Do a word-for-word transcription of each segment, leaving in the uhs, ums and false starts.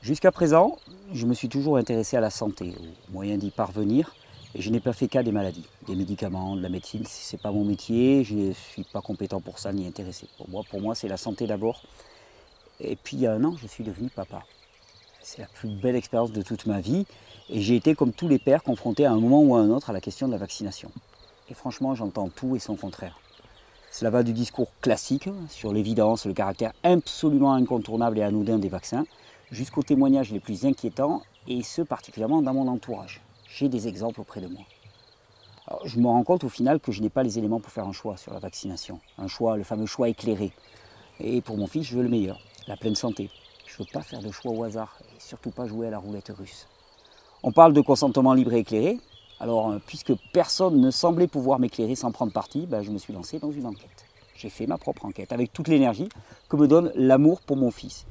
Jusqu'à présent, je me suis toujours intéressé à la santé, aux moyens d'y parvenir, et je n'ai pas fait cas des maladies, des médicaments, de la médecine. Ce n'est pas mon métier, je ne suis pas compétent pour ça ni intéressé. Pour moi, pour moi c'est la santé d'abord. Et puis il y a un an, je suis devenu papa. C'est la plus belle expérience de toute ma vie, et j'ai été comme tous les pères confrontés à un moment ou à un autre à la question de la vaccination. Et franchement, j'entends tout et son contraire. Cela va du discours classique sur l'évidence, le caractère absolument incontournable et anodin des vaccins, jusqu'aux témoignages les plus inquiétants, et ce particulièrement dans mon entourage. J'ai des exemples auprès de moi. Alors, je me rends compte au final que je n'ai pas les éléments pour faire un choix sur la vaccination. Un choix, le fameux choix éclairé. Et pour mon fils, je veux le meilleur, la pleine santé. Je ne veux pas faire de choix au hasard, et surtout pas jouer à la roulette russe. On parle de consentement libre et éclairé. Alors, puisque personne ne semblait pouvoir m'éclairer sans prendre parti, ben, je me suis lancé dans une enquête. J'ai fait ma propre enquête, avec toute l'énergie que me donne l'amour pour mon fils.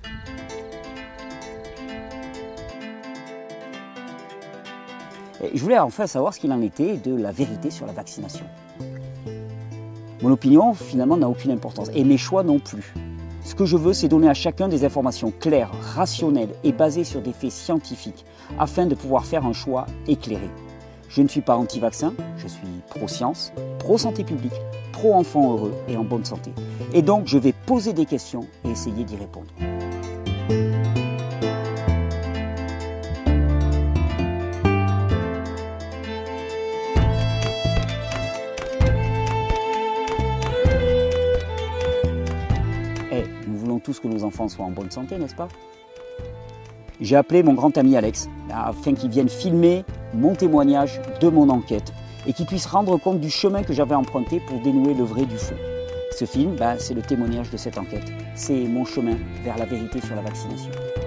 Et je voulais enfin savoir ce qu'il en était de la vérité sur la vaccination. Mon opinion, finalement, n'a aucune importance, et mes choix non plus. Ce que je veux, c'est donner à chacun des informations claires, rationnelles et basées sur des faits scientifiques, afin de pouvoir faire un choix éclairé. Je ne suis pas anti-vaccin, je suis pro-science, pro-santé publique, pro-enfant heureux et en bonne santé. Et donc, je vais poser des questions et essayer d'y répondre. Eh, nous voulons tous que nos enfants soient en bonne santé, n'est-ce pas? J'ai appelé mon grand ami Alex, afin qu'il vienne filmer mon témoignage de mon enquête et qu'il puisse rendre compte du chemin que j'avais emprunté pour dénouer le vrai du faux. Ce film, ben, c'est le témoignage de cette enquête. C'est mon chemin vers la vérité sur la vaccination.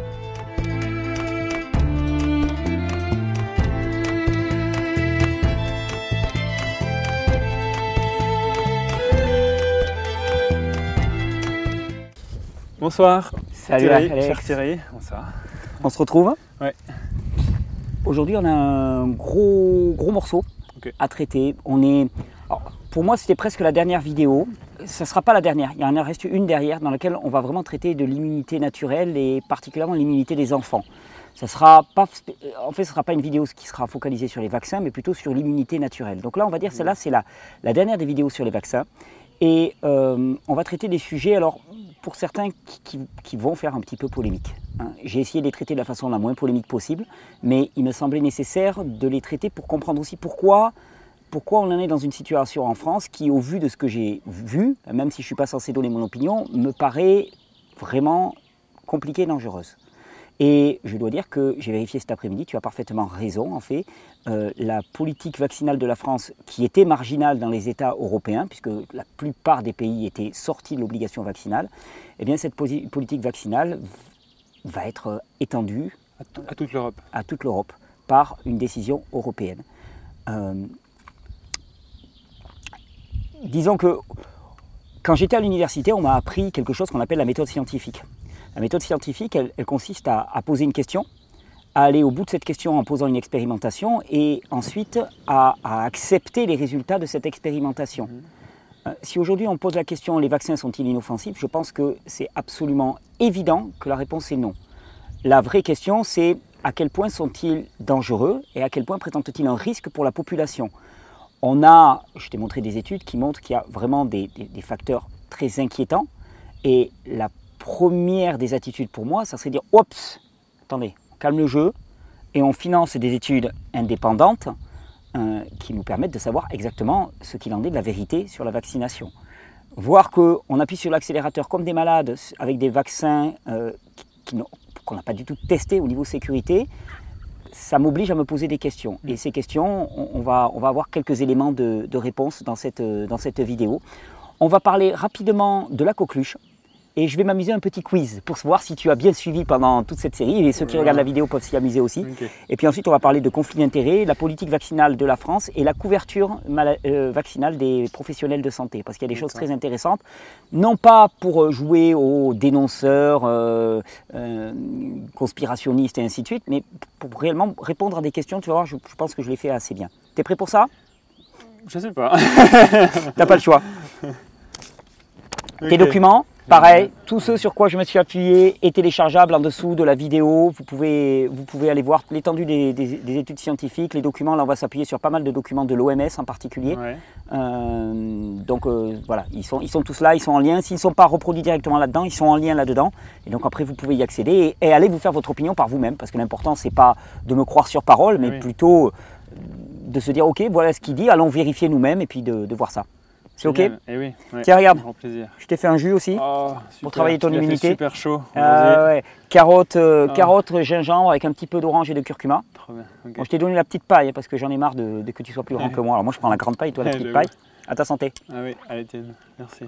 Bonsoir. Salut Thierry, Alex. cher Thierry. Bonsoir. On se retrouve? Ouais. Aujourd'hui, on a un gros, gros morceau Okay. à traiter. On est... Alors, pour moi, c'était presque la dernière vidéo. Ça ne sera pas la dernière. Il y en reste une derrière dans laquelle on va vraiment traiter de l'immunité naturelle et particulièrement l'immunité des enfants. Ça sera pas... En fait, ce ne sera pas une vidéo qui sera focalisée sur les vaccins, mais plutôt sur l'immunité naturelle. Donc là, on va dire que celle-là, c'est la, la dernière des vidéos sur les vaccins. Et euh, on va traiter des sujets, alors pour certains qui, qui, qui vont faire un petit peu polémique. Hein. J'ai essayé de les traiter de la façon la moins polémique possible, mais il me semblait nécessaire de les traiter pour comprendre aussi pourquoi, pourquoi on en est dans une situation en France qui, au vu de ce que j'ai vu, même si je ne suis pas censé donner mon opinion, me paraît vraiment compliquée et dangereuse. Et je dois dire que j'ai vérifié cet après-midi, tu as parfaitement raison en fait, euh, la politique vaccinale de la France qui était marginale dans les États européens, puisque la plupart des pays étaient sortis de l'obligation vaccinale, eh bien cette politique vaccinale va être étendue à, à toute l'Europe. À toute l'Europe par une décision européenne. Euh, disons que quand j'étais à l'université, on m'a appris quelque chose qu'on appelle la méthode scientifique. La méthode scientifique, elle, elle consiste à, à poser une question, à aller au bout de cette question en posant une expérimentation et ensuite à, à accepter les résultats de cette expérimentation. Mmh. Euh, si aujourd'hui on pose la question « les vaccins sont-ils inoffensifs ?», je pense que c'est absolument évident que la réponse est non. La vraie question, c'est à quel point sont-ils dangereux et à quel point présentent-ils un risque pour la population. On a, je t'ai montré des études qui montrent qu'il y a vraiment des, des, des facteurs très inquiétants et la première des attitudes pour moi, ça serait de dire « Oups, attendez, on calme le jeu et on finance des études indépendantes euh, qui nous permettent de savoir exactement ce qu'il en est de la vérité sur la vaccination. » Voir qu'on appuie sur l'accélérateur comme des malades avec des vaccins euh, qui, qui qu'on n'a pas du tout testé au niveau sécurité, ça m'oblige à me poser des questions. Et ces questions, on, on, va, on va avoir quelques éléments de, de réponse dans cette, dans cette vidéo. On va parler rapidement de la coqueluche. Et je vais m'amuser un petit quiz pour voir si tu as bien suivi pendant toute cette série. Et ceux qui regardent la vidéo peuvent s'y amuser aussi. Okay. Et puis ensuite, on va parler de conflits d'intérêts, la politique vaccinale de la France et la couverture euh, vaccinale des professionnels de santé. Parce qu'il y a des choses très intéressantes. Non pas pour jouer aux dénonceurs, euh, euh, conspirationnistes et ainsi de suite, mais pour réellement répondre à des questions. Tu vas voir, je, je pense que je l'ai fait assez bien. T'es prêt pour ça? Je sais pas. T'as pas le choix. Okay. Tes documents? Pareil, tous ceux sur quoi je me suis appuyé est téléchargeable en dessous de la vidéo. Vous pouvez, vous pouvez aller voir l'étendue des, des, des études scientifiques, les documents. Là, on va s'appuyer sur pas mal de documents de l'O M S en particulier. Ouais. Euh, donc euh, voilà, ils sont, ils sont tous là, ils sont en lien. S'ils ne sont pas reproduits directement là-dedans, ils sont en lien là-dedans. Et donc après, vous pouvez y accéder et, et aller vous faire votre opinion par vous-même. Parce que l'important, c'est pas de me croire sur parole, mais Oui. plutôt de se dire, ok, voilà ce qu'il dit, allons vérifier nous-mêmes et puis de, de voir ça. C'est ok? Eh oui. Ouais. Tiens, regarde. Grand plaisir. Je t'ai fait un jus aussi. Oh, super. Pour travailler ton Il a fait immunité. super chaud aujourd'hui. Euh, ouais. Carottes, euh, Ah. carottes, gingembre avec un petit peu d'orange et de curcuma. Trop bien. Ok. Bon, je t'ai donné la petite paille hein, parce que j'en ai marre de, de que tu sois plus grand que moi. Alors moi je prends la grande paille, toi la Ouais, petite j'avoue. paille. À ta santé. Ah oui, allez tienne. Merci.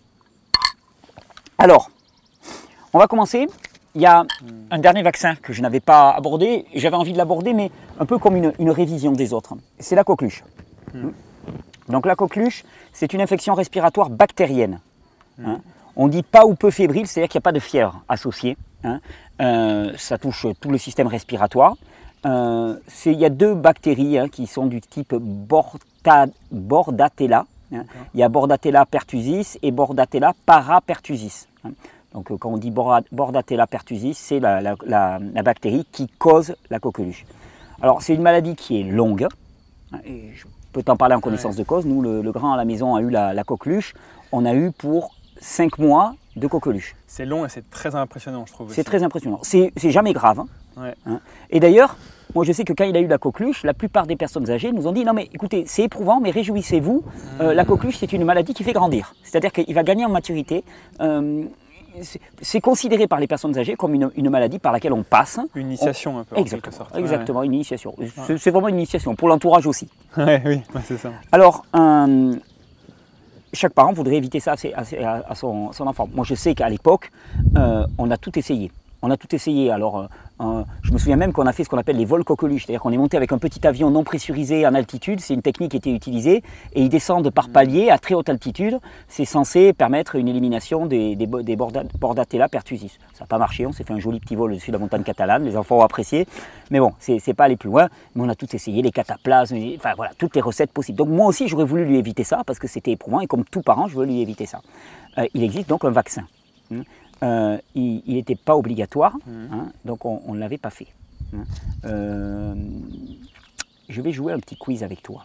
Alors, on va commencer. Il y a un dernier vaccin que je n'avais pas abordé. J'avais envie de l'aborder, mais un peu comme une, une révision des autres. C'est la coqueluche. Mm. Donc la coqueluche, c'est une infection respiratoire bactérienne. Hein. On dit pas ou peu fébrile, c'est-à-dire qu'il n'y a pas de fièvre associée. Hein. Euh, ça touche tout le système respiratoire. Euh, c'est- il y a deux bactéries hein, qui sont du type Borta- Bordetella. Hein. Il y a Bordetella pertussis et Bordetella parapertussis. Hein. Donc euh, quand on dit Borda- Bordetella pertussis, c'est la, la- la- la bactérie qui cause la coqueluche. Alors c'est une maladie qui est longue. Hein, et je peux t'en parler en connaissance Ouais. de cause. Nous, le, le grand à la maison a eu la, la coqueluche. On a eu pour cinq mois de coqueluche. C'est long et c'est très impressionnant, je trouve. C'est aussi. très impressionnant. C'est c'est jamais grave. hein. Ouais. Hein. Et d'ailleurs, moi je sais que quand il a eu la coqueluche, la plupart des personnes âgées nous ont dit non mais écoutez, c'est éprouvant, mais réjouissez-vous. Euh, la coqueluche, c'est une maladie qui fait grandir. C'est-à-dire qu'il va gagner en maturité. Euh, c'est- c'est considéré par les personnes âgées comme une, une maladie par laquelle on passe. Une initiation un peu en quelque Exactement, sorte. exactement une initiation. C'est c'est vraiment une initiation, pour l'entourage aussi. Ouais, ouais, oui, ouais, c'est ça. Alors, euh, chaque parent voudrait éviter ça à, ses- à ses- à- à son, son enfant. Moi, je sais qu'à l'époque, euh, on a tout essayé. On a tout essayé. Alors, euh, euh, je me souviens même qu'on a fait ce qu'on appelle les vols coqueluches. C'est-à-dire qu'on est monté avec un petit avion non pressurisé en altitude. C'est une technique qui était utilisée. Et ils descendent par paliers à très haute altitude. C'est censé permettre une élimination des, des, bo- des Borda- Bordetella pertussis. Ça n'a pas marché. On s'est fait un joli petit vol au-dessus de la montagne catalane. Les enfants ont apprécié. Mais bon, c'est c'est pas aller plus loin. Mais on a tout essayé. Les cataplasmes, les- enfin voilà, toutes les recettes possibles. Donc moi aussi, j'aurais voulu lui éviter ça parce que c'était éprouvant. Et comme tout parent, je veux lui éviter ça. Euh, il existe donc un vaccin. Hein. Euh, il n'était pas obligatoire, hein, donc on ne l'avait pas fait. Hein. Euh, je vais jouer un petit quiz avec toi.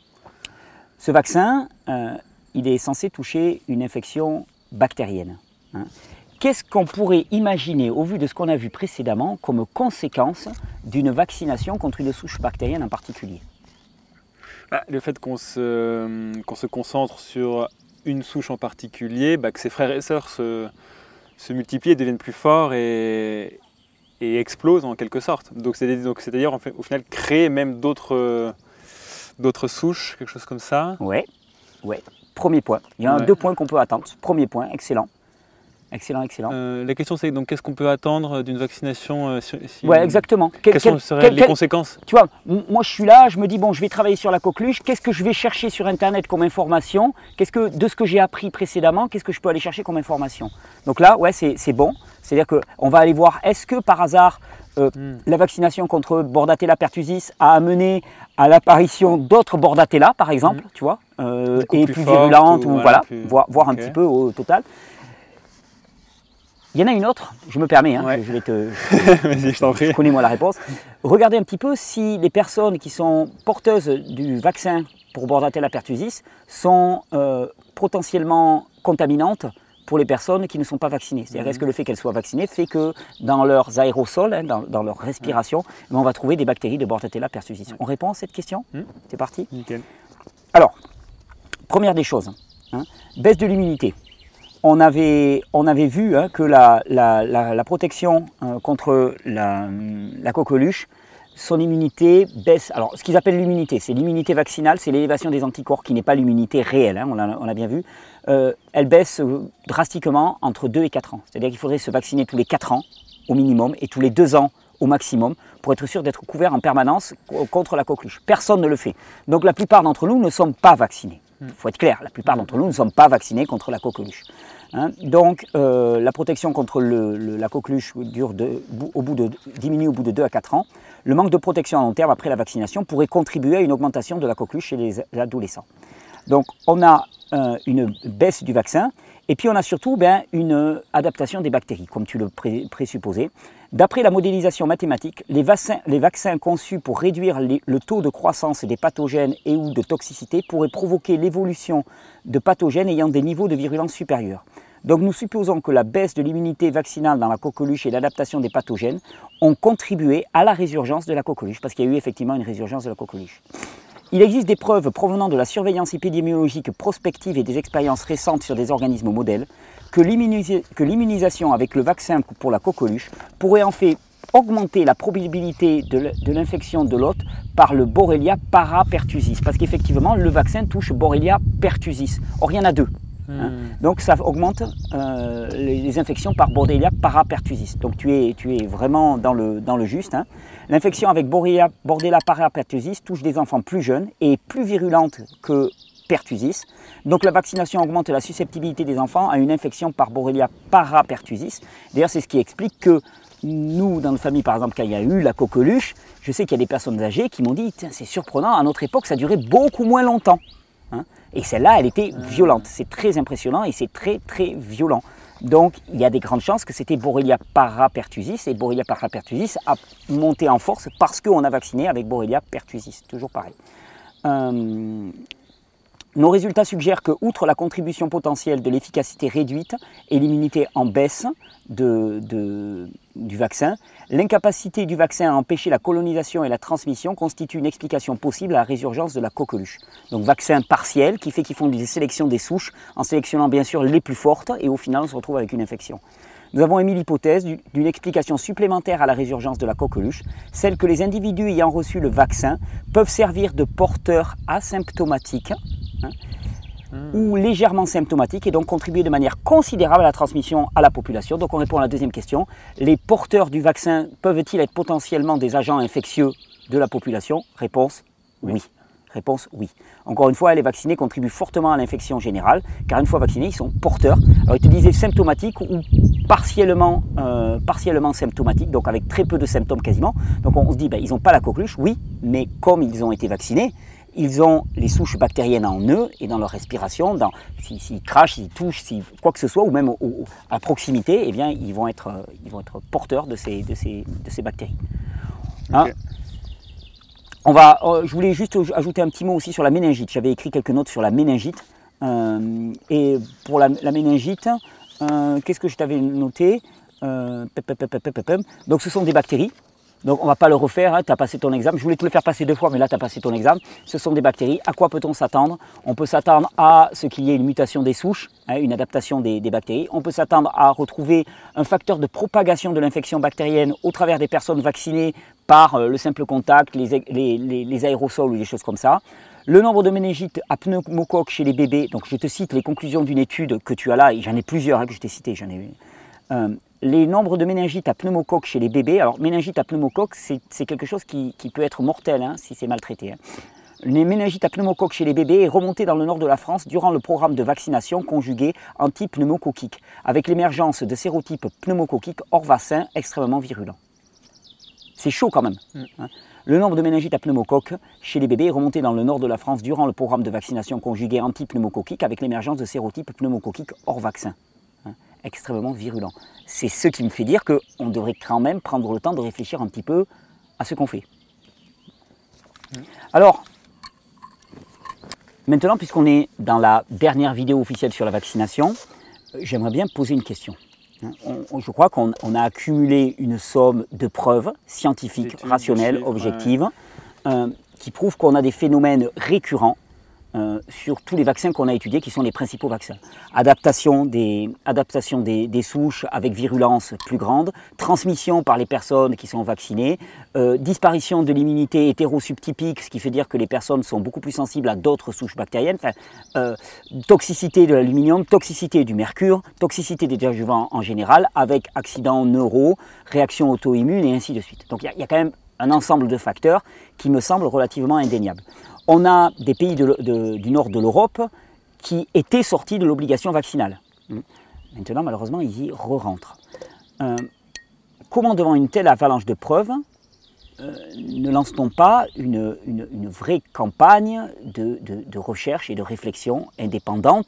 Ce vaccin, euh, il est censé toucher une infection bactérienne. Hein. Qu'est-ce qu'on pourrait imaginer, au vu de ce qu'on a vu précédemment, comme conséquence d'une vaccination contre une souche bactérienne en particulier? Ah, le fait qu'on se, qu'on se concentre sur une souche en particulier, bah, que ses frères et sœurs se, se multiplient, deviennent plus forts et, et explosent en quelque sorte. Donc c'est- donc c'est-à-dire en fait, au final créer même d'autres euh, d'autres souches, quelque chose comme ça. Ouais, ouais. Premier point. Il y a un- Ouais. deux points qu'on peut attendre. Premier point, excellent. Excellent, excellent. Euh, la question c'est donc qu'est-ce qu'on peut attendre d'une vaccination euh, si, si- Ouais, exactement. Quel- Quelles quel- sont- seraient quel- les quel- conséquences? Tu vois, m- moi je suis là, je me dis bon, je vais travailler sur la coqueluche. Qu'est-ce que je vais chercher sur Internet comme information? Qu'est-ce que de ce que j'ai appris précédemment, qu'est-ce que je peux aller chercher comme information? Donc là, ouais, c'est c'est bon. C'est-à-dire que on va aller voir. Est-ce que par hasard euh, Hmm. la vaccination contre Bordetella pertussis a amené à l'apparition d'autres Bordetella, par exemple, tu vois, euh, Beaucoup et plus plus, fortes virulentes ou ou voilà, voilà, plus- voir, voir un ok. petit peu au total. Il y en a une autre, je me permets, hein, Ouais. je, je vais te, Vas-y, je t'en prie. connais-moi la réponse. Regardez un petit peu si les personnes qui sont porteuses du vaccin pour Bordetella pertussis sont euh, potentiellement contaminantes pour les personnes qui ne sont pas vaccinées. C'est-à-dire, Mhm. est-ce que le fait qu'elles soient vaccinées fait que dans leurs aérosols, hein, dans, dans leur respiration, ben, on va trouver des bactéries de Bordetella pertussis? On répond à cette question? Mhm. C'est parti. Nickel. Alors, première des choses, hein, baisse de l'immunité. On avait, on avait vu hein, que la, la, la, la protection euh, contre la, la coqueluche, son immunité baisse. Alors, ce qu'ils appellent l'immunité, c'est l'immunité vaccinale, c'est l'élévation des anticorps qui n'est pas l'immunité réelle, hein, on l'a on l'a bien vu. Euh, elle baisse euh, drastiquement entre deux et quatre ans. C'est-à-dire qu'il faudrait se vacciner tous les quatre ans au minimum et tous les deux ans au maximum pour être sûr d'être couvert en permanence co- contre la coqueluche. Personne ne le fait. Donc la plupart d'entre nous ne sommes pas vaccinés. Il faut être clair, la plupart d'entre nous ne sommes pas vaccinés contre la coqueluche. Hein, donc euh, la protection contre le, le- la coqueluche dure de, au bout de, diminue au bout de deux à quatre ans. Le manque de protection à long terme après la vaccination pourrait contribuer à une augmentation de la coqueluche chez les adolescents. Donc on a euh, une baisse du vaccin Et puis on a surtout ben, une adaptation des bactéries, comme tu le pré présupposais. D'après la modélisation mathématique, les vaccins, les vaccins conçus pour réduire les, le taux de croissance des pathogènes et ou de toxicité pourraient provoquer l'évolution de pathogènes ayant des niveaux de virulence supérieurs. Donc nous supposons que la baisse de l'immunité vaccinale dans la coqueluche et l'adaptation des pathogènes ont contribué à la résurgence de la coqueluche, parce qu'il y a eu effectivement une résurgence de la coqueluche. Il existe des preuves provenant de la surveillance épidémiologique prospective et des expériences récentes sur des organismes modèles que l'immunisation avec le vaccin pour la coqueluche pourrait en fait augmenter la probabilité de l'infection de l'hôte par le Borrelia parapertussis, parce qu'effectivement le vaccin touche Borrelia pertussis. Or il y en a deux. Hein. Donc ça augmente euh, les, les infections par Borrelia parapertussis. Donc tu es, tu es vraiment dans le, dans le juste. Hein. L'infection avec Borrelia, Borrelia parapertussis touche des enfants plus jeunes et est plus virulente que pertussis. Donc la vaccination augmente la susceptibilité des enfants à une infection par Borrelia parapertussis. D'ailleurs c'est ce qui explique que nous, dans notre famille, par exemple, quand il y a eu la coqueluche, je sais qu'il y a des personnes âgées qui m'ont dit « c'est surprenant, à notre époque ça durait beaucoup moins longtemps hein ». Et celle-là, elle était violente. C'est très impressionnant et c'est très très violent. Donc, il y a des grandes chances que c'était Borrelia parapertussis et Borrelia parapertussis a monté en force parce qu'on a vacciné avec Borrelia pertussis. Toujours pareil. Euh, nos résultats suggèrent que, outre la contribution potentielle de l'efficacité réduite et l'immunité en baisse de, de, du vaccin, l'incapacité du vaccin à empêcher la colonisation et la transmission constitue une explication possible à la résurgence de la coqueluche. Donc vaccin partiel qui fait qu'ils font des sélections des souches en sélectionnant bien sûr les plus fortes et au final on se retrouve avec une infection. Nous avons émis l'hypothèse d'une explication supplémentaire à la résurgence de la coqueluche, celle que les individus ayant reçu le vaccin peuvent servir de porteurs asymptomatiques hein, mmh. ou légèrement symptomatiques et donc contribuer de manière considérable à la transmission à la population. Donc on répond à la deuxième question. Les porteurs du vaccin peuvent-ils être potentiellement des agents infectieux de la population? Réponse oui. oui. Réponse oui. Encore une fois, les vaccinés contribuent fortement à l'infection générale, car une fois vaccinés, ils sont porteurs. Alors, ils te disaient symptomatiques ou partiellement, euh, partiellement symptomatiques, donc avec très peu de symptômes quasiment. Donc, on se dit, ben, ils n'ont pas la coqueluche, oui, mais comme ils ont été vaccinés, ils ont les souches bactériennes en eux et dans leur respiration, dans, s'ils, s'ils crachent, s'ils touchent, s'ils, quoi que ce soit, ou même au, au, à proximité, eh bien, ils vont être, ils vont être porteurs de ces, de ces, de ces bactéries. Hein? Okay. On va, euh, je voulais juste ajouter un petit mot aussi sur la méningite. J'avais écrit quelques notes sur la méningite. Euh, et pour la, la méningite, euh, qu'est-ce que je t'avais noté euh, Donc ce sont des bactéries. Donc on ne va pas le refaire, hein, tu as passé ton examen. Je voulais te le faire passer deux fois, mais là tu as passé ton examen. Ce sont des bactéries. À quoi peut-on s'attendre? On peut s'attendre à ce qu'il y ait une mutation des souches, hein, une adaptation des, des bactéries. On peut s'attendre à retrouver un facteur de propagation de l'infection bactérienne au travers des personnes vaccinées par euh, le simple contact, les, les, les, les aérosols ou des choses comme ça. Le nombre de méningites à pneumocoque chez les bébés, donc je te cite les conclusions d'une étude que tu as là, et j'en ai plusieurs hein, que je t'ai citées, j'en ai euh, les nombres de méningites à pneumocoque chez les bébés, alors méningite à pneumocoque, c'est quelque chose qui, qui peut être mortel hein, si c'est maltraité. Hein. Les méningites à pneumocoque chez les bébés est remonté dans le nord de la France durant le programme de vaccination conjugué anti-pneumococcique, avec l'émergence de sérotypes pneumococciques hors vaccin extrêmement virulents. C'est chaud quand même. Mm. Hein. Le nombre de méningites à pneumocoque chez les bébés est remonté dans le nord de la France durant le programme de vaccination conjugué anti-pneumococcique avec l'émergence de sérotypes pneumococciques hors vaccin. Hein. Extrêmement virulents. C'est ce qui me fait dire qu'on devrait quand même prendre le temps de réfléchir un petit peu à ce qu'on fait. Mm. Alors, maintenant, puisqu'on est dans la dernière vidéo officielle sur la vaccination, j'aimerais bien poser une question. On, on, je crois qu'on a accumulé une somme de preuves scientifiques, études, rationnelles, chiffres, objectives, ouais. euh, qui prouvent qu'on a des phénomènes récurrents euh, sur tous les vaccins qu'on a étudiés, qui sont les principaux vaccins. Adaptation des, adaptation des, des souches avec virulence plus grande, transmission par les personnes qui sont vaccinées, euh, disparition de l'immunité hétérosubtypique, ce qui fait dire que les personnes sont beaucoup plus sensibles à d'autres souches bactériennes, enfin, euh, toxicité de l'aluminium, toxicité du mercure, toxicité des adjuvants en général, avec accidents neuro, réactions auto-immunes et ainsi de suite. Donc il y, y a quand même un ensemble de facteurs qui me semblent relativement indéniables. On a des pays de, de, du nord de l'Europe qui étaient sortis de l'obligation vaccinale. Maintenant, malheureusement, ils y re-rentrent. Euh, comment, devant une telle avalanche de preuves, euh, ne lance-t-on pas une, une, une vraie campagne de, de, de recherche et de réflexion indépendante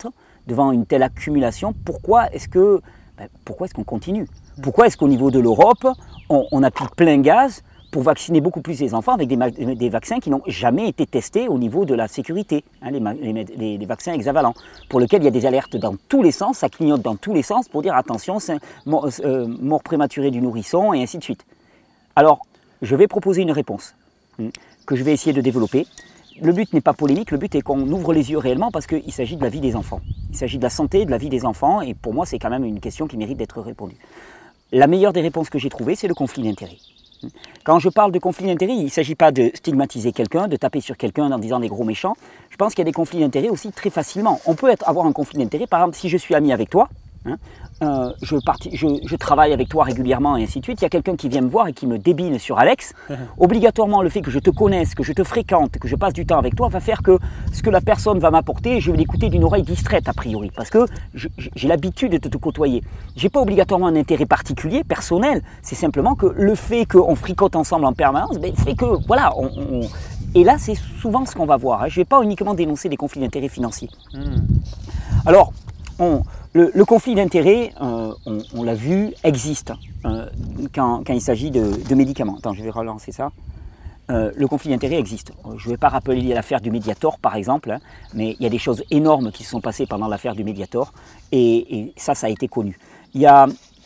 devant une telle accumulation, pourquoi est-ce que, ben, pourquoi est-ce qu'on continue? Pourquoi est-ce qu'au niveau de l'Europe, on, on applique plein gaz pour vacciner beaucoup plus les enfants avec des, des vaccins qui n'ont jamais été testés au niveau de la sécurité, hein, les, les, les, les vaccins hexavalents, pour lesquels il y a des alertes dans tous les sens, ça clignote dans tous les sens pour dire attention, c'est mort, euh, mort prématurée du nourrisson et ainsi de suite. Alors, je vais proposer une réponse hein, que je vais essayer de développer. Le but n'est pas polémique, le but est qu'on ouvre les yeux réellement parce qu'il s'agit de la vie des enfants. Il s'agit de la santé, de la vie des enfants et pour moi c'est quand même une question qui mérite d'être répondue. La meilleure des réponses que j'ai trouvées, c'est le conflit d'intérêts. Quand je parle de conflit d'intérêts, il ne s'agit pas de stigmatiser quelqu'un, de taper sur quelqu'un en disant des gros méchants. Je pense qu'il y a des conflits d'intérêts aussi très facilement. On peut être, avoir un conflit d'intérêts, par exemple, si je suis ami avec toi, hein, euh, je, parti, je, je travaille avec toi régulièrement et ainsi de suite, il y a quelqu'un qui vient me voir et qui me débine sur Alex, obligatoirement le fait que je te connaisse, que je te fréquente, que je passe du temps avec toi va faire que ce que la personne va m'apporter, je vais l'écouter d'une oreille distraite a priori, parce que j'ai l'habitude de te, te côtoyer. Je n'ai pas obligatoirement un intérêt particulier, personnel, c'est simplement que le fait qu'on fricote ensemble en permanence, ben, fait que, voilà, on, on... et là c'est souvent ce qu'on va voir, hein. Je ne vais pas uniquement dénoncer des conflits d'intérêts financiers. Mmh. Alors, on... Le, le conflit d'intérêts, euh, on, on l'a vu, existe euh, quand, quand il s'agit de, de médicaments. Attends, je vais relancer ça. Euh, le conflit d'intérêts existe. Je ne vais pas rappeler l'affaire du Mediator, par exemple, hein, mais il y a des choses énormes qui se sont passées pendant l'affaire du Mediator, et, et ça, ça a été connu. Il y a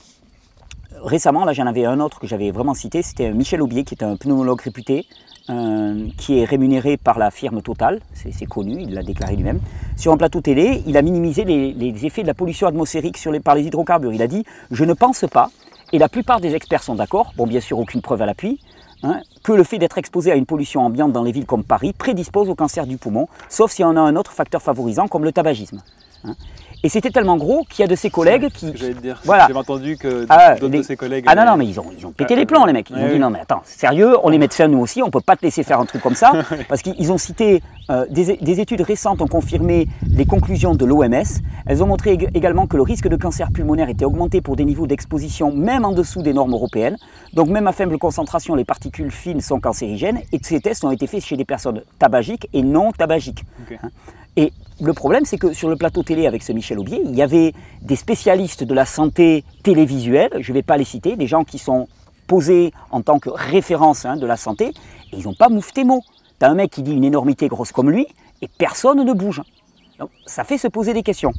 récemment, là, j'en avais un autre que j'avais vraiment cité, c'était Michel Aubier, qui est un pneumologue réputé, Euh, qui est rémunéré par la firme Total, c'est connu, il l'a déclaré lui-même. Sur un plateau télé, il a minimisé les, les effets de la pollution atmosphérique sur les, par les hydrocarbures. Il a dit « Je ne pense pas, et la plupart des experts sont d'accord, bon bien sûr aucune preuve à l'appui, hein, que le fait d'être exposé à une pollution ambiante dans les villes comme Paris prédispose au cancer du poumon, sauf si on a un autre facteur favorisant comme le tabagisme. Hein. » Et c'était tellement gros qu'il y a de ses collègues qui... C'est ce que j'allais te dire. Voilà. J'ai entendu que ah, d'autres les... de ses collègues... Ah non, non, mais ils ont, ils ont pété ah, les plombs, les mecs. Ils ouais, ont dit, oui. non, mais attends, sérieux, on est médecins nous aussi, on ne peut pas te laisser faire un truc comme ça. Parce qu'ils ont cité, euh, des, des études récentes ont confirmé les conclusions de l'O M S. Elles ont montré également que le risque de cancer pulmonaire était augmenté pour des niveaux d'exposition même en dessous des normes européennes. Donc même à faible concentration, les particules fines sont cancérigènes. Et ces tests ont été faits chez des personnes tabagiques et non tabagiques. Okay. Hein. Et le problème, c'est que sur le plateau télé avec ce Michel Aubier, il y avait des spécialistes de la santé télévisuelle, je ne vais pas les citer, des gens qui sont posés en tant que référence hein, de la santé, et ils n'ont pas moufté mot. Tu as un mec qui dit une énormité grosse comme lui, et personne ne bouge. Donc ça fait se poser des questions.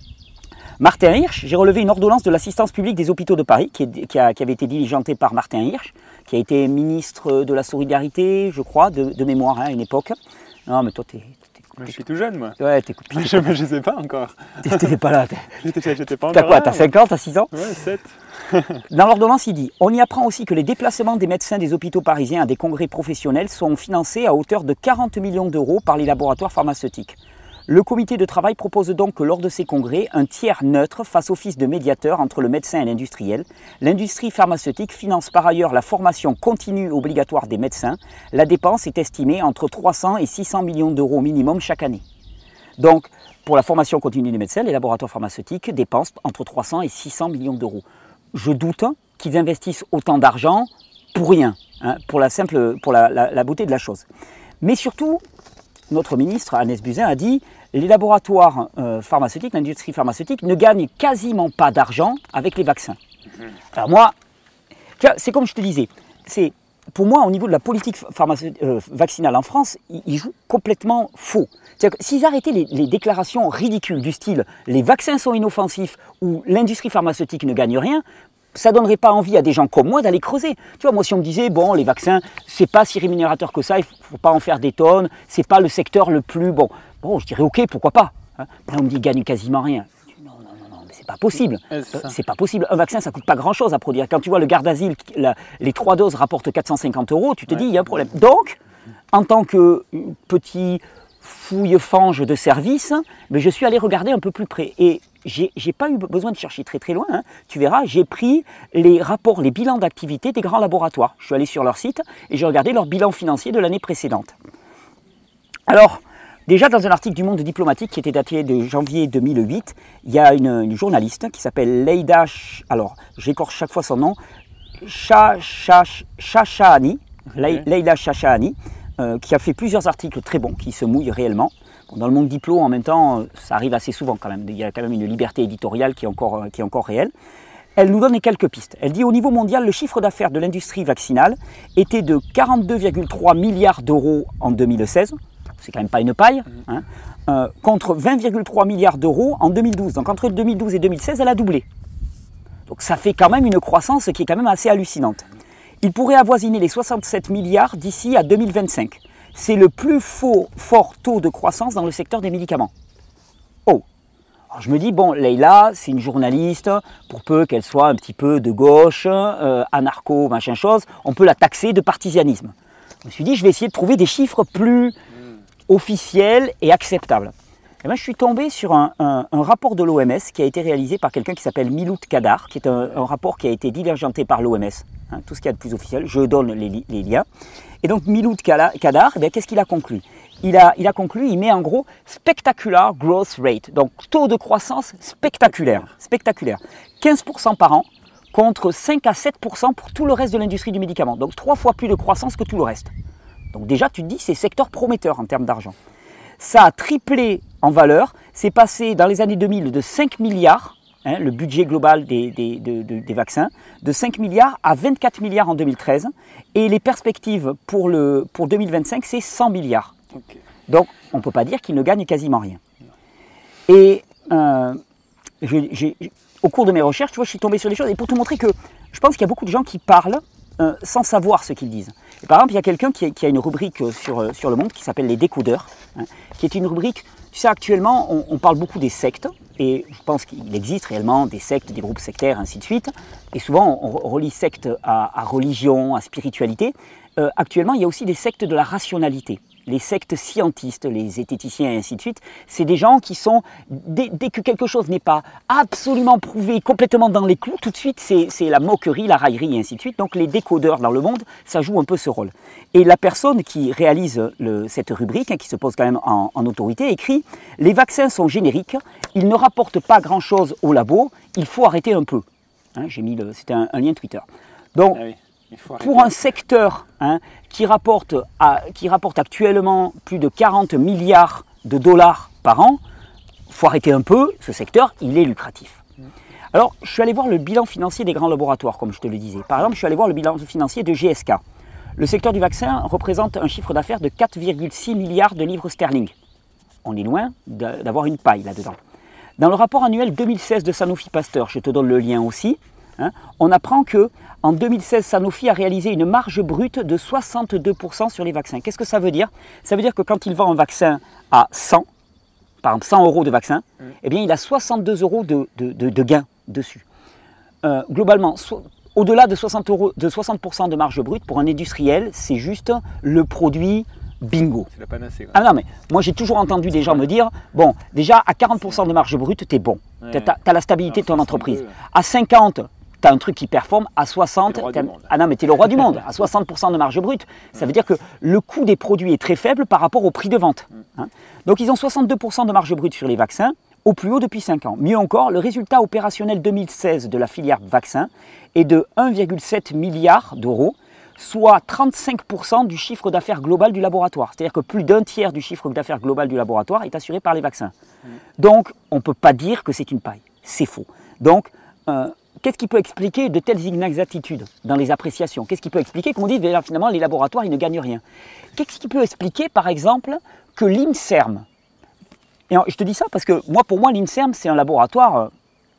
Martin Hirsch, j'ai relevé une ordonnance de l'assistance publique des hôpitaux de Paris, qui, est, qui, a, qui avait été diligentée par Martin Hirsch, qui a été ministre de la Solidarité, je crois, de, de mémoire hein, à une époque. Non, mais toi, tu es... Je suis tout jeune, moi. Ouais, t'es coupé. Je ne sais pas encore. T'étais pas là. J'étais pas encore T'as quoi, là. T'as cinq ans, t'as six ans? Ouais, sept. Dans l'ordonnance, il dit « On y apprend aussi que les déplacements des médecins des hôpitaux parisiens à des congrès professionnels sont financés à hauteur de quarante millions d'euros par les laboratoires pharmaceutiques. Le comité de travail propose donc que lors de ces congrès, un tiers neutre fasse office de médiateur entre le médecin et l'industriel. L'industrie pharmaceutique finance par ailleurs la formation continue obligatoire des médecins. La dépense est estimée entre trois cents et six cents millions d'euros minimum chaque année. » Donc, pour la formation continue des médecins, les laboratoires pharmaceutiques dépensent entre trois cents et six cents millions d'euros. Je doute qu'ils investissent autant d'argent pour rien, hein, pour, la, simple, pour la, la, la beauté de la chose. Mais surtout, notre ministre, Agnès Buzyn, a dit « Les laboratoires euh, pharmaceutiques, l'industrie pharmaceutique ne gagnent quasiment pas d'argent avec les vaccins. » Alors moi, c'est comme je te disais, c'est... Pour moi, au niveau de la politique euh, vaccinale en France, ils jouent complètement faux. S'ils arrêtaient les, les déclarations ridicules du style « les vaccins sont inoffensifs » ou « l'industrie pharmaceutique ne gagne rien », ça ne donnerait pas envie à des gens comme moi d'aller creuser. Tu vois, moi, si on me disait « bon, les vaccins, c'est pas si rémunérateur que ça, il ne faut pas en faire des tonnes, c'est pas le secteur le plus... » Bon, bon je dirais « ok, pourquoi pas hein ?» Là, on me dit « ils gagnent quasiment rien ». C'est pas possible. C'est pas possible. Un vaccin, ça coûte pas grand-chose à produire. Quand tu vois le Gardasil, les trois doses rapportent quatre cent cinquante euros, tu te ouais. dis, il y a un problème. Donc, en tant que petit fouille-fange de service, mais je suis allé regarder un peu plus près. Et j'ai pas eu besoin de chercher très très loin. Hein. Tu verras, j'ai pris les rapports, les bilans d'activité des grands laboratoires. Je suis allé sur leur site et j'ai regardé leur bilan financier de l'année précédente. Alors, déjà, dans un article du Monde diplomatique qui était daté de janvier deux mille huit, il y a une, une journaliste qui s'appelle Leïla, alors j'écorche chaque fois son nom, Chachani, okay. Leïla Chachani, euh, qui a fait plusieurs articles très bons, qui se mouillent réellement, Bon, dans le monde diplo, en même temps, ça arrive assez souvent quand même. Il y a quand même une liberté éditoriale qui est encore, qui est encore réelle. Elle nous donne quelques pistes. Elle dit au niveau mondial, le chiffre d'affaires de l'industrie vaccinale était de quarante-deux virgule trois milliards d'euros en deux mille seize. C'est quand même pas une paille. Hein, euh, contre vingt virgule trois milliards d'euros en deux mille douze. Donc entre deux mille douze et deux mille seize, elle a doublé. Donc ça fait quand même une croissance qui est quand même assez hallucinante. Il pourrait avoisiner les soixante-sept milliards d'ici à deux mille vingt-cinq. C'est le plus faux, fort taux de croissance dans le secteur des médicaments. Oh! Alors je me dis, bon, Leïla, c'est une journaliste, pour peu qu'elle soit un petit peu de gauche, euh, anarcho, machin chose, on peut la taxer de partisanisme. Je me suis dit, je vais essayer de trouver des chiffres plus officiels et acceptables. Et bien, je suis tombé sur un, un, un rapport de l'O M S qui a été réalisé par quelqu'un qui s'appelle Miloud Kadar, qui est un, un rapport qui a été diligenté par l'O M S, hein, tout ce qu'il y a de plus officiel, je donne les, les liens. Et donc Miloud Kadar, eh qu'est-ce qu'il a conclu il a, il a conclu, il met en gros spectacular growth rate, donc taux de croissance spectaculaire, spectaculaire, quinze pour cent par an contre cinq à sept pour cent pour tout le reste de l'industrie du médicament, donc trois fois plus de croissance que tout le reste. Donc déjà tu te dis c'est secteur prometteur en termes d'argent. Ça a triplé en valeur, c'est passé dans les années deux mille de cinq milliards, hein, le budget global des, des, de, de, des vaccins, de cinq milliards à vingt-quatre milliards en deux mille treize, et les perspectives pour, le, pour deux mille vingt-cinq c'est cent milliards. Okay. Donc on ne peut pas dire qu'ils ne gagnent quasiment rien. Et euh, j'ai, j'ai, au cours de mes recherches, tu vois, je suis tombé sur des choses, et pour te montrer que je pense qu'il y a beaucoup de gens qui parlent euh, sans savoir ce qu'ils disent. Et par exemple, il y a quelqu'un qui, qui a une rubrique sur, sur Le Monde qui s'appelle Les Décodeurs, hein, qui est une rubrique, tu sais, actuellement, on, on parle beaucoup des sectes, et je pense qu'il existe réellement des sectes, des groupes sectaires, ainsi de suite, et souvent on relie secte à, à religion, à spiritualité. Euh, actuellement, il y a aussi des sectes de la rationalité. Les sectes scientistes, les zététiciens et ainsi de suite, c'est des gens qui sont, dès, dès que quelque chose n'est pas absolument prouvé, complètement dans les clous, tout de suite c'est, c'est la moquerie, la raillerie et ainsi de suite. Donc les décodeurs dans le monde, ça joue un peu ce rôle. Et la personne qui réalise le, cette rubrique, hein, qui se pose quand même en, en autorité, écrit « Les vaccins sont génériques, ils ne rapportent pas grand-chose au labo, il faut arrêter un peu. Hein » J'ai mis le, c'était un, un lien Twitter. Donc, ah oui. Pour un secteur hein, qui, rapporte à, qui rapporte actuellement plus de quarante milliards de dollars par an, il faut arrêter un peu, ce secteur, il est lucratif. Alors, je suis allé voir le bilan financier des grands laboratoires, comme je te le disais. Par exemple, je suis allé voir le bilan financier de G S K. Le secteur du vaccin représente un chiffre d'affaires de quatre virgule six milliards de livres sterling. On est loin d'avoir une paille là-dedans. Dans le rapport annuel deux mille seize de Sanofi Pasteur, je te donne le lien aussi, hein, on apprend que en deux mille seize, Sanofi a réalisé une marge brute de soixante-deux pour cent sur les vaccins. Qu'est-ce que ça veut dire? Ça veut dire que quand il vend un vaccin à cent, par exemple cent euros de vaccin, mmh. eh bien il a soixante-deux euros de, de, de, de gain dessus. Euh, globalement, so, au-delà de soixante euros, de soixante pour cent de marge brute, pour un industriel, c'est juste le produit bingo. C'est la panacée. Quoi. Ah non, mais moi j'ai toujours entendu des gens me dire, bon, déjà à quarante pour cent de marge brute, t'es bon. Ouais, tu as la stabilité alors, de ton entreprise. À cinquante, tu as un truc qui performe, à soixante, ah non mais tu es le roi du monde, à soixante pour cent de marge brute, ça veut dire que le coût des produits est très faible par rapport au prix de vente. Hein. Donc ils ont soixante-deux pour cent de marge brute sur les vaccins, au plus haut depuis cinq ans. Mieux encore, le résultat opérationnel deux mille seize de la filière vaccin est de un virgule sept milliard d'euros, soit trente-cinq pour cent du chiffre d'affaires global du laboratoire. C'est-à-dire que plus d'un tiers du chiffre d'affaires global du laboratoire est assuré par les vaccins. Donc on ne peut pas dire que c'est une paille, c'est faux. Donc, euh, qu'est-ce qui peut expliquer de telles inexactitudes dans les appréciations? Qu'est-ce qui peut expliquer qu'on dit que finalement les laboratoires ils ne gagnent rien? Qu'est-ce qui peut expliquer par exemple que l'INSERM, et je te dis ça parce que moi pour moi l'INSERM c'est un laboratoire euh,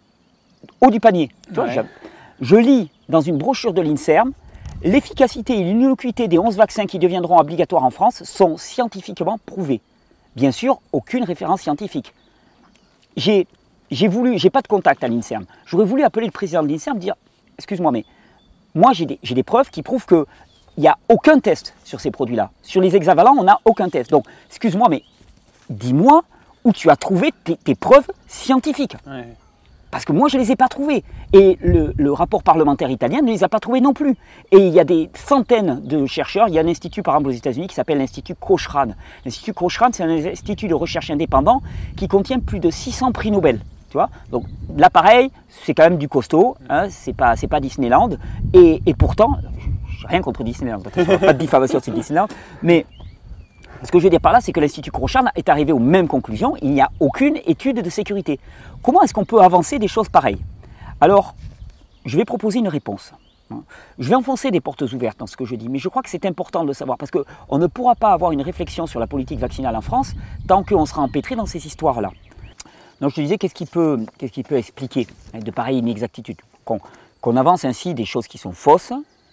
haut du panier. Tu vois, ouais. je, je lis dans une brochure de l'INSERM, l'efficacité et l'innocuité des onze vaccins qui deviendront obligatoires en France sont scientifiquement prouvés. Bien sûr, aucune référence scientifique. J'ai J'ai voulu, j'ai pas de contact à l'INSERM. J'aurais voulu appeler le président de l'INSERM, dire, excuse-moi, mais moi j'ai des, j'ai des preuves qui prouvent qu'il n'y a aucun test sur ces produits-là. Sur les hexavalents, on n'a aucun test. Donc, excuse-moi, mais dis-moi où tu as trouvé tes, tes preuves scientifiques. Ouais. Parce que moi, je ne les ai pas trouvées. Et le, le rapport parlementaire italien ne les a pas trouvées non plus. Et il y a des centaines de chercheurs. Il y a un institut, par exemple, aux États-Unis qui s'appelle l'Institut Cochrane. L'Institut Cochrane, c'est un institut de recherche indépendant qui contient plus de six cents prix Nobel. Tu vois, donc là pareil, c'est quand même du costaud, hein, c'est pas, c'est pas Disneyland, et, et pourtant, j'ai rien contre Disneyland, pas de diffamation sur Disneyland, mais Ce que je veux dire par là, c'est que l'Institut Crocharn est arrivé aux mêmes conclusions. Il n'y a aucune étude de sécurité. Comment est-ce qu'on peut avancer des choses pareilles? Alors, je vais proposer une réponse. Je vais enfoncer des portes ouvertes dans ce que je dis, mais je crois que c'est important de le savoir, parce qu'on ne pourra pas avoir une réflexion sur la politique vaccinale en France tant qu'on sera empêtré dans ces histoires-là. Donc je te disais, qu'est-ce qui peut, qu'est-ce qui peut expliquer de pareilles inexactitudes? Qu'on qu'on avance ainsi des choses qui sont fausses,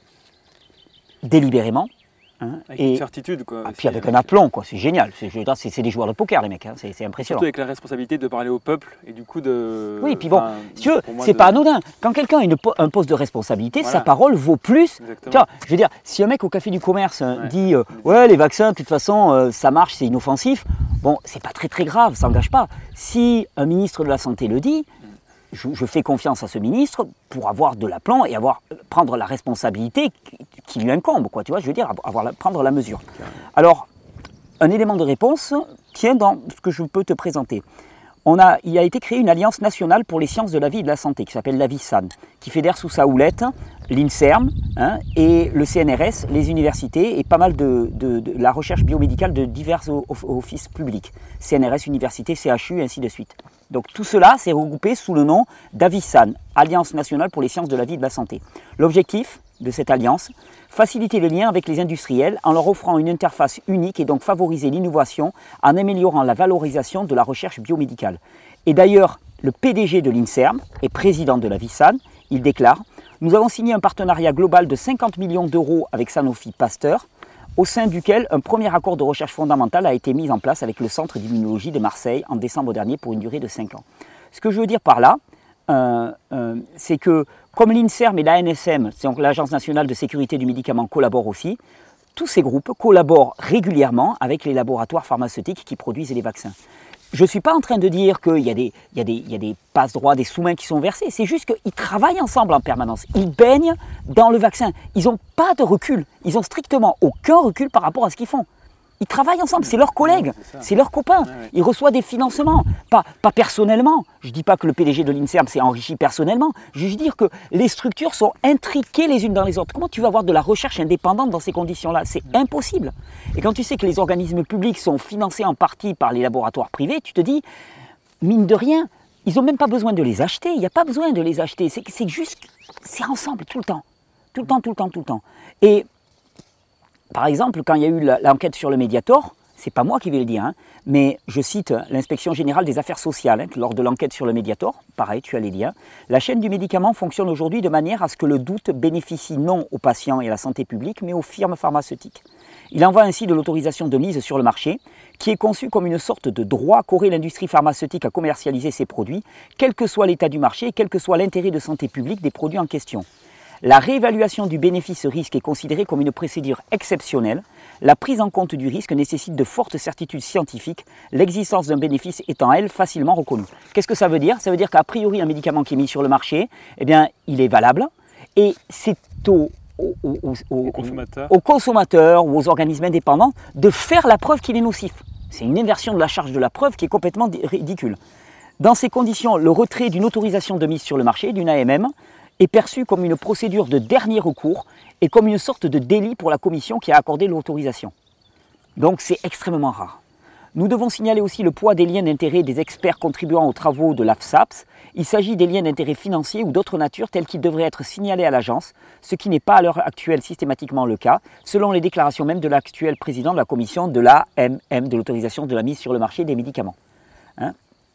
délibérément. Hein, avec et, une certitude, quoi. Ah, puis avec un aplomb, quoi. C'est génial. C'est des joueurs de poker, les mecs. Hein. C'est impressionnant. Surtout avec la responsabilité de parler au peuple et du coup de. Oui, puis bon, enfin, si tu veux, c'est de... pas anodin. Quand quelqu'un a une, un poste de responsabilité, voilà. Sa parole vaut plus. Exactement. Tu vois, je veux dire, si un mec au café du commerce ouais. dit euh, ouais, les vaccins, de toute façon, euh, ça marche, c'est inoffensif. Bon, c'est pas très très grave, ça n'engage pas. Si un ministre de la Santé le dit, je, je fais confiance à ce ministre pour avoir de l'aplomb et avoir, prendre la responsabilité qui, qui lui incombe, quoi, tu vois, je veux dire, avoir la, prendre la mesure. Alors, un élément de réponse tient dans ce que je peux te présenter. On a, il a été créé une alliance nationale pour les sciences de la vie et de la santé qui s'appelle l'AVISAN, qui fédère sous sa houlette l'INSERM hein, et le C N R S, les universités et pas mal de, de, de la recherche biomédicale de divers offices publics, C N R S, universités, C H U et ainsi de suite. Donc tout cela s'est regroupé sous le nom d'AVISAN, Alliance nationale pour les sciences de la vie et de la santé. L'objectif de cette alliance, faciliter le lien avec les industriels en leur offrant une interface unique et donc favoriser l'innovation en améliorant la valorisation de la recherche biomédicale. Et d'ailleurs, le P D G de l'INSERM et président de la l'AVISAN, il déclare « Nous avons signé un partenariat global de cinquante millions d'euros avec Sanofi Pasteur, au sein duquel un premier accord de recherche fondamentale a été mis en place avec le Centre d'immunologie de Marseille en décembre dernier pour une durée de cinq ans. » Ce que je veux dire par là, euh, euh, c'est que comme l'INSERM et l'A N S M, donc l'Agence nationale de sécurité du médicament, collaborent aussi, tous ces groupes collaborent régulièrement avec les laboratoires pharmaceutiques qui produisent les vaccins. Je ne suis pas en train de dire qu'il y a des, il y a des, il y a des passe-droits, des sous-mains qui sont versés, c'est juste qu'ils travaillent ensemble en permanence, ils baignent dans le vaccin, ils n'ont pas de recul, ils n'ont strictement aucun recul par rapport à ce qu'ils font. Ils travaillent ensemble, c'est leurs collègues, c'est leurs copains, ouais, ouais. Ils reçoivent des financements, pas, pas personnellement. Je ne dis pas que le P D G de l'INSERM s'est enrichi personnellement, je veux juste dire que les structures sont intriquées les unes dans les autres. Comment tu vas avoir de la recherche indépendante dans ces conditions-là? C'est impossible. Et quand tu sais que les organismes publics sont financés en partie par les laboratoires privés, tu te dis, mine de rien, ils n'ont même pas besoin de les acheter, il n'y a pas besoin de les acheter, c'est juste, c'est ensemble tout le temps, tout le temps, tout le temps, tout le temps. Et par exemple, quand il y a eu l'enquête sur le Mediator, c'est pas moi qui vais le dire, hein, mais je cite l'inspection générale des affaires sociales, hein, lors de l'enquête sur le Mediator, pareil, tu as les liens, la chaîne du médicament fonctionne aujourd'hui de manière à ce que le doute bénéficie non aux patients et à la santé publique, mais aux firmes pharmaceutiques. Il en va ainsi de l'autorisation de mise sur le marché, qui est conçue comme une sorte de droit qu'aurait l'industrie pharmaceutique à commercialiser ses produits, quel que soit l'état du marché et quel que soit l'intérêt de santé publique des produits en question. La réévaluation du bénéfice-risque est considérée comme une procédure exceptionnelle. La prise en compte du risque nécessite de fortes certitudes scientifiques, l'existence d'un bénéfice étant, elle, facilement reconnue. Qu'est-ce que ça veut dire? Ça veut dire qu'a priori, un médicament qui est mis sur le marché, eh bien, il est valable et c'est au, au, au, au, consommateur. aux consommateurs ou aux organismes indépendants de faire la preuve qu'il est nocif. C'est une inversion de la charge de la preuve qui est complètement ridicule. Dans ces conditions, le retrait d'une autorisation de mise sur le marché, d'une A M M, est perçu comme une procédure de dernier recours et comme une sorte de délit pour la commission qui a accordé l'autorisation. Donc c'est extrêmement rare. Nous devons signaler aussi le poids des liens d'intérêt des experts contribuant aux travaux de l'A F S A P S. Il s'agit des liens d'intérêt financiers ou d'autres natures tels qu'ils devraient être signalés à l'agence, ce qui n'est pas à l'heure actuelle systématiquement le cas, selon les déclarations même de l'actuel président de la commission de l'A M M, de l'autorisation de la mise sur le marché des médicaments. Hein?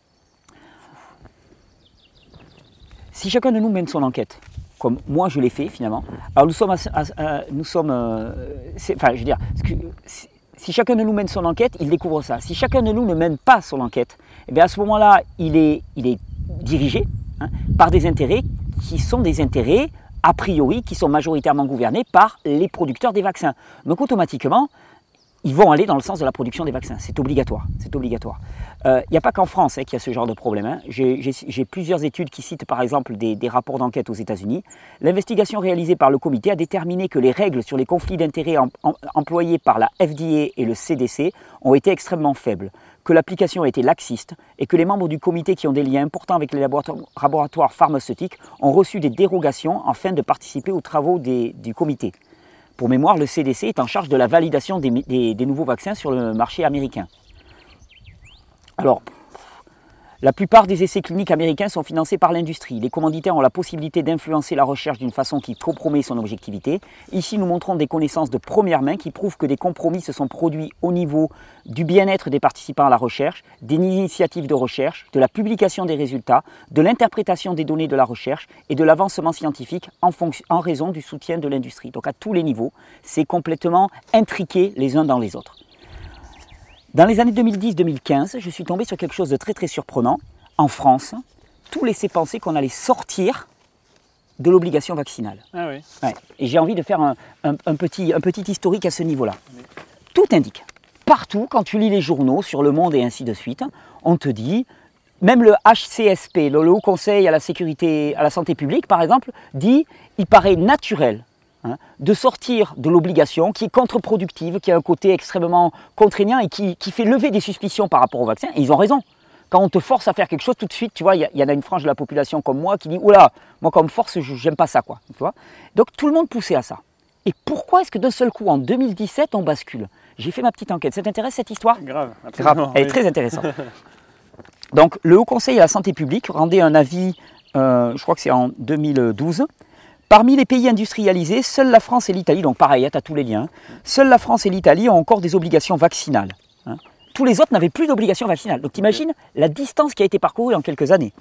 Si chacun de nous mène son enquête, comme moi je l'ai fait finalement, alors nous sommes, à, à, à, nous sommes, euh, enfin je veux dire, si, si chacun de nous mène son enquête, il découvre ça. Si chacun de nous ne mène pas son enquête, eh bien à ce moment-là, il est, il est dirigé hein, par des intérêts qui sont des intérêts a priori qui sont majoritairement gouvernés par les producteurs des vaccins. Donc automatiquement, ils vont aller dans le sens de la production des vaccins. C'est obligatoire. C'est obligatoire. Il euh, n'y a pas qu'en France hein, qu'il y a ce genre de problème. Hein. J'ai plusieurs études qui citent par exemple des, des rapports d'enquête aux États-Unis. L'investigation réalisée par le comité a déterminé que les règles sur les conflits d'intérêts em, em, employées par la F D A et le C D C ont été extrêmement faibles, que l'application a été laxiste et que les membres du comité qui ont des liens importants avec les laboratoires, laboratoires pharmaceutiques ont reçu des dérogations afin de participer aux travaux des, du comité. Pour mémoire, le C D C est en charge de la validation des, des, des nouveaux vaccins sur le marché américain. Alors, la plupart des essais cliniques américains sont financés par l'industrie. Les commanditaires ont la possibilité d'influencer la recherche d'une façon qui compromet son objectivité. Ici, nous montrons des connaissances de première main qui prouvent que des compromis se sont produits au niveau du bien-être des participants à la recherche, des initiatives de recherche, de la publication des résultats, de l'interprétation des données de la recherche et de l'avancement scientifique en, fonction, en raison du soutien de l'industrie. Donc à tous les niveaux, c'est complètement intriqué les uns dans les autres. Dans les années deux mille dix deux mille quinze, je suis tombé sur quelque chose de très très surprenant. En France, tout laissait penser qu'on allait sortir de l'obligation vaccinale. Ah oui. Ouais. Et j'ai envie de faire un, un, un, petit, un petit historique à ce niveau-là. Oui. Tout indique. Partout, quand tu lis les journaux, sur Le Monde et ainsi de suite, on te dit, même le H C S P, le Haut Conseil à la sécurité, à la santé publique par exemple, dit, il paraît naturel Hein, de sortir de l'obligation qui est contre-productive, qui a un côté extrêmement contraignant et qui, qui fait lever des suspicions par rapport au vaccin. Et ils ont raison. Quand on te force à faire quelque chose, tout de suite, tu vois, il y, y en a une frange de la population comme moi qui dit « Oula, moi comme force, j'aime pas ça. » quoi. Tu vois. Donc tout le monde poussait à ça. Et pourquoi est-ce que d'un seul coup, en deux mille dix-sept, on bascule? J'ai fait ma petite enquête. Ça t'intéresse cette histoire? Grave, absolument. Grave. Elle oui. est très intéressante. Donc le Haut Conseil à la santé publique rendait un avis, euh, je crois que c'est en deux mille douze. Parmi les pays industrialisés, seuls la France et l'Italie, donc pareil, tu as tous les liens, seuls la France et l'Italie ont encore des obligations vaccinales. Hein. Tous les autres n'avaient plus d'obligations vaccinales. Donc t'imagines la distance qui a été parcourue en quelques années.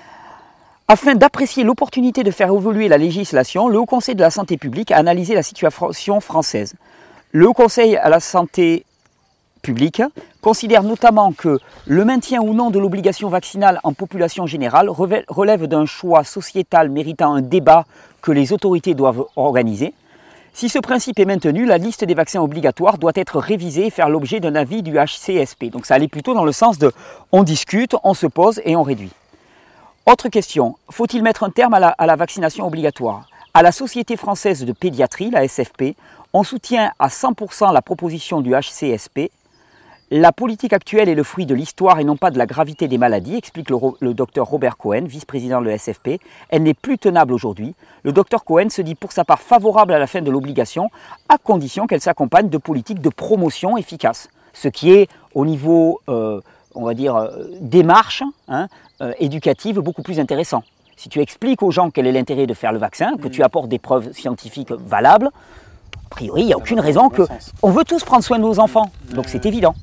Afin d'apprécier l'opportunité de faire évoluer la législation, le Haut Conseil de la santé publique a analysé la situation française. Le Haut Conseil à la santé publique considère notamment que le maintien ou non de l'obligation vaccinale en population générale relève d'un choix sociétal méritant un débat que les autorités doivent organiser. Si ce principe est maintenu, la liste des vaccins obligatoires doit être révisée et faire l'objet d'un avis du H C S P. Donc ça allait plutôt dans le sens de on discute, on se pose et on réduit. Autre question, faut-il mettre un terme à la, à la vaccination obligatoire? À la Société française de pédiatrie, la S F P, on soutient à cent pour cent la proposition du H C S P. La politique actuelle est le fruit de l'histoire et non pas de la gravité des maladies, explique le, le docteur Robert Cohen, vice-président de l'E S F P. Elle n'est plus tenable aujourd'hui. Le docteur Cohen se dit pour sa part favorable à la fin de l'obligation, à condition qu'elle s'accompagne de politiques de promotion efficaces. Ce qui est au niveau, euh, on va dire, euh, démarche hein, euh, éducative beaucoup plus intéressant. Si tu expliques aux gens quel est l'intérêt de faire le vaccin, que tu apportes des preuves scientifiques valables, a priori, il n'y a aucune raison que... On veut tous prendre soin de nos enfants, donc c'est évident.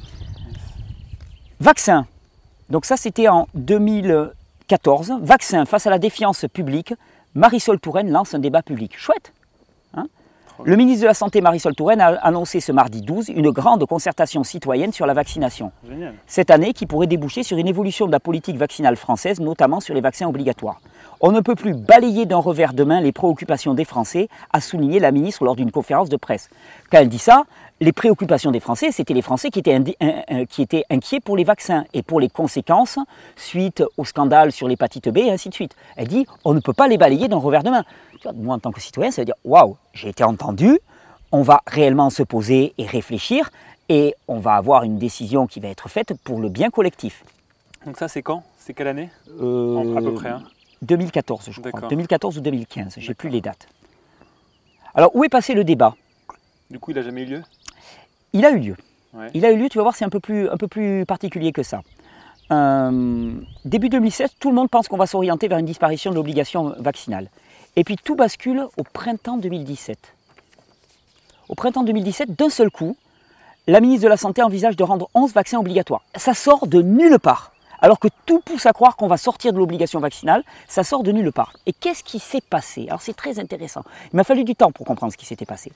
Vaccin. Donc ça, c'était en deux mille quatorze. Vaccin face à la défiance publique. Marisol Touraine lance un débat public. Chouette. Hein? Le ministre de la Santé, Marisol Touraine, a annoncé ce mardi douze une grande concertation citoyenne sur la vaccination. Génial. Cette année, qui pourrait déboucher sur une évolution de la politique vaccinale française, notamment sur les vaccins obligatoires. On ne peut plus balayer d'un revers de main les préoccupations des Français, a souligné la ministre lors d'une conférence de presse. Quand elle dit ça, les préoccupations des Français, c'était les Français qui étaient, qui étaient inquiets pour les vaccins et pour les conséquences suite au scandale sur l'hépatite B et ainsi de suite. Elle dit, on ne peut pas les balayer d'un revers de main. Tu vois, moi, en tant que citoyen, ça veut dire, waouh, j'ai été entendu, on va réellement se poser et réfléchir et on va avoir une décision qui va être faite pour le bien collectif. Donc ça, c'est quand? C'est quelle année euh, À peu près. Hein. deux mille quatorze, je crois. deux mille quatorze ou deux mille quinze, je n'ai plus les dates. Alors, où est passé le débat? Du coup, il n'a jamais eu lieu? Il a eu lieu. Ouais. Il a eu lieu, tu vas voir, c'est un peu plus, un peu plus particulier que ça. Euh, début deux mille seize, tout le monde pense qu'on va s'orienter vers une disparition de l'obligation vaccinale. Et puis tout bascule au printemps deux mille dix-sept. Au printemps deux mille dix-sept, d'un seul coup, la ministre de la Santé envisage de rendre onze vaccins obligatoires. Ça sort de nulle part. Alors que tout pousse à croire qu'on va sortir de l'obligation vaccinale, ça sort de nulle part. Et qu'est-ce qui s'est passé? Alors c'est très intéressant. Il m'a fallu du temps pour comprendre ce qui s'était passé.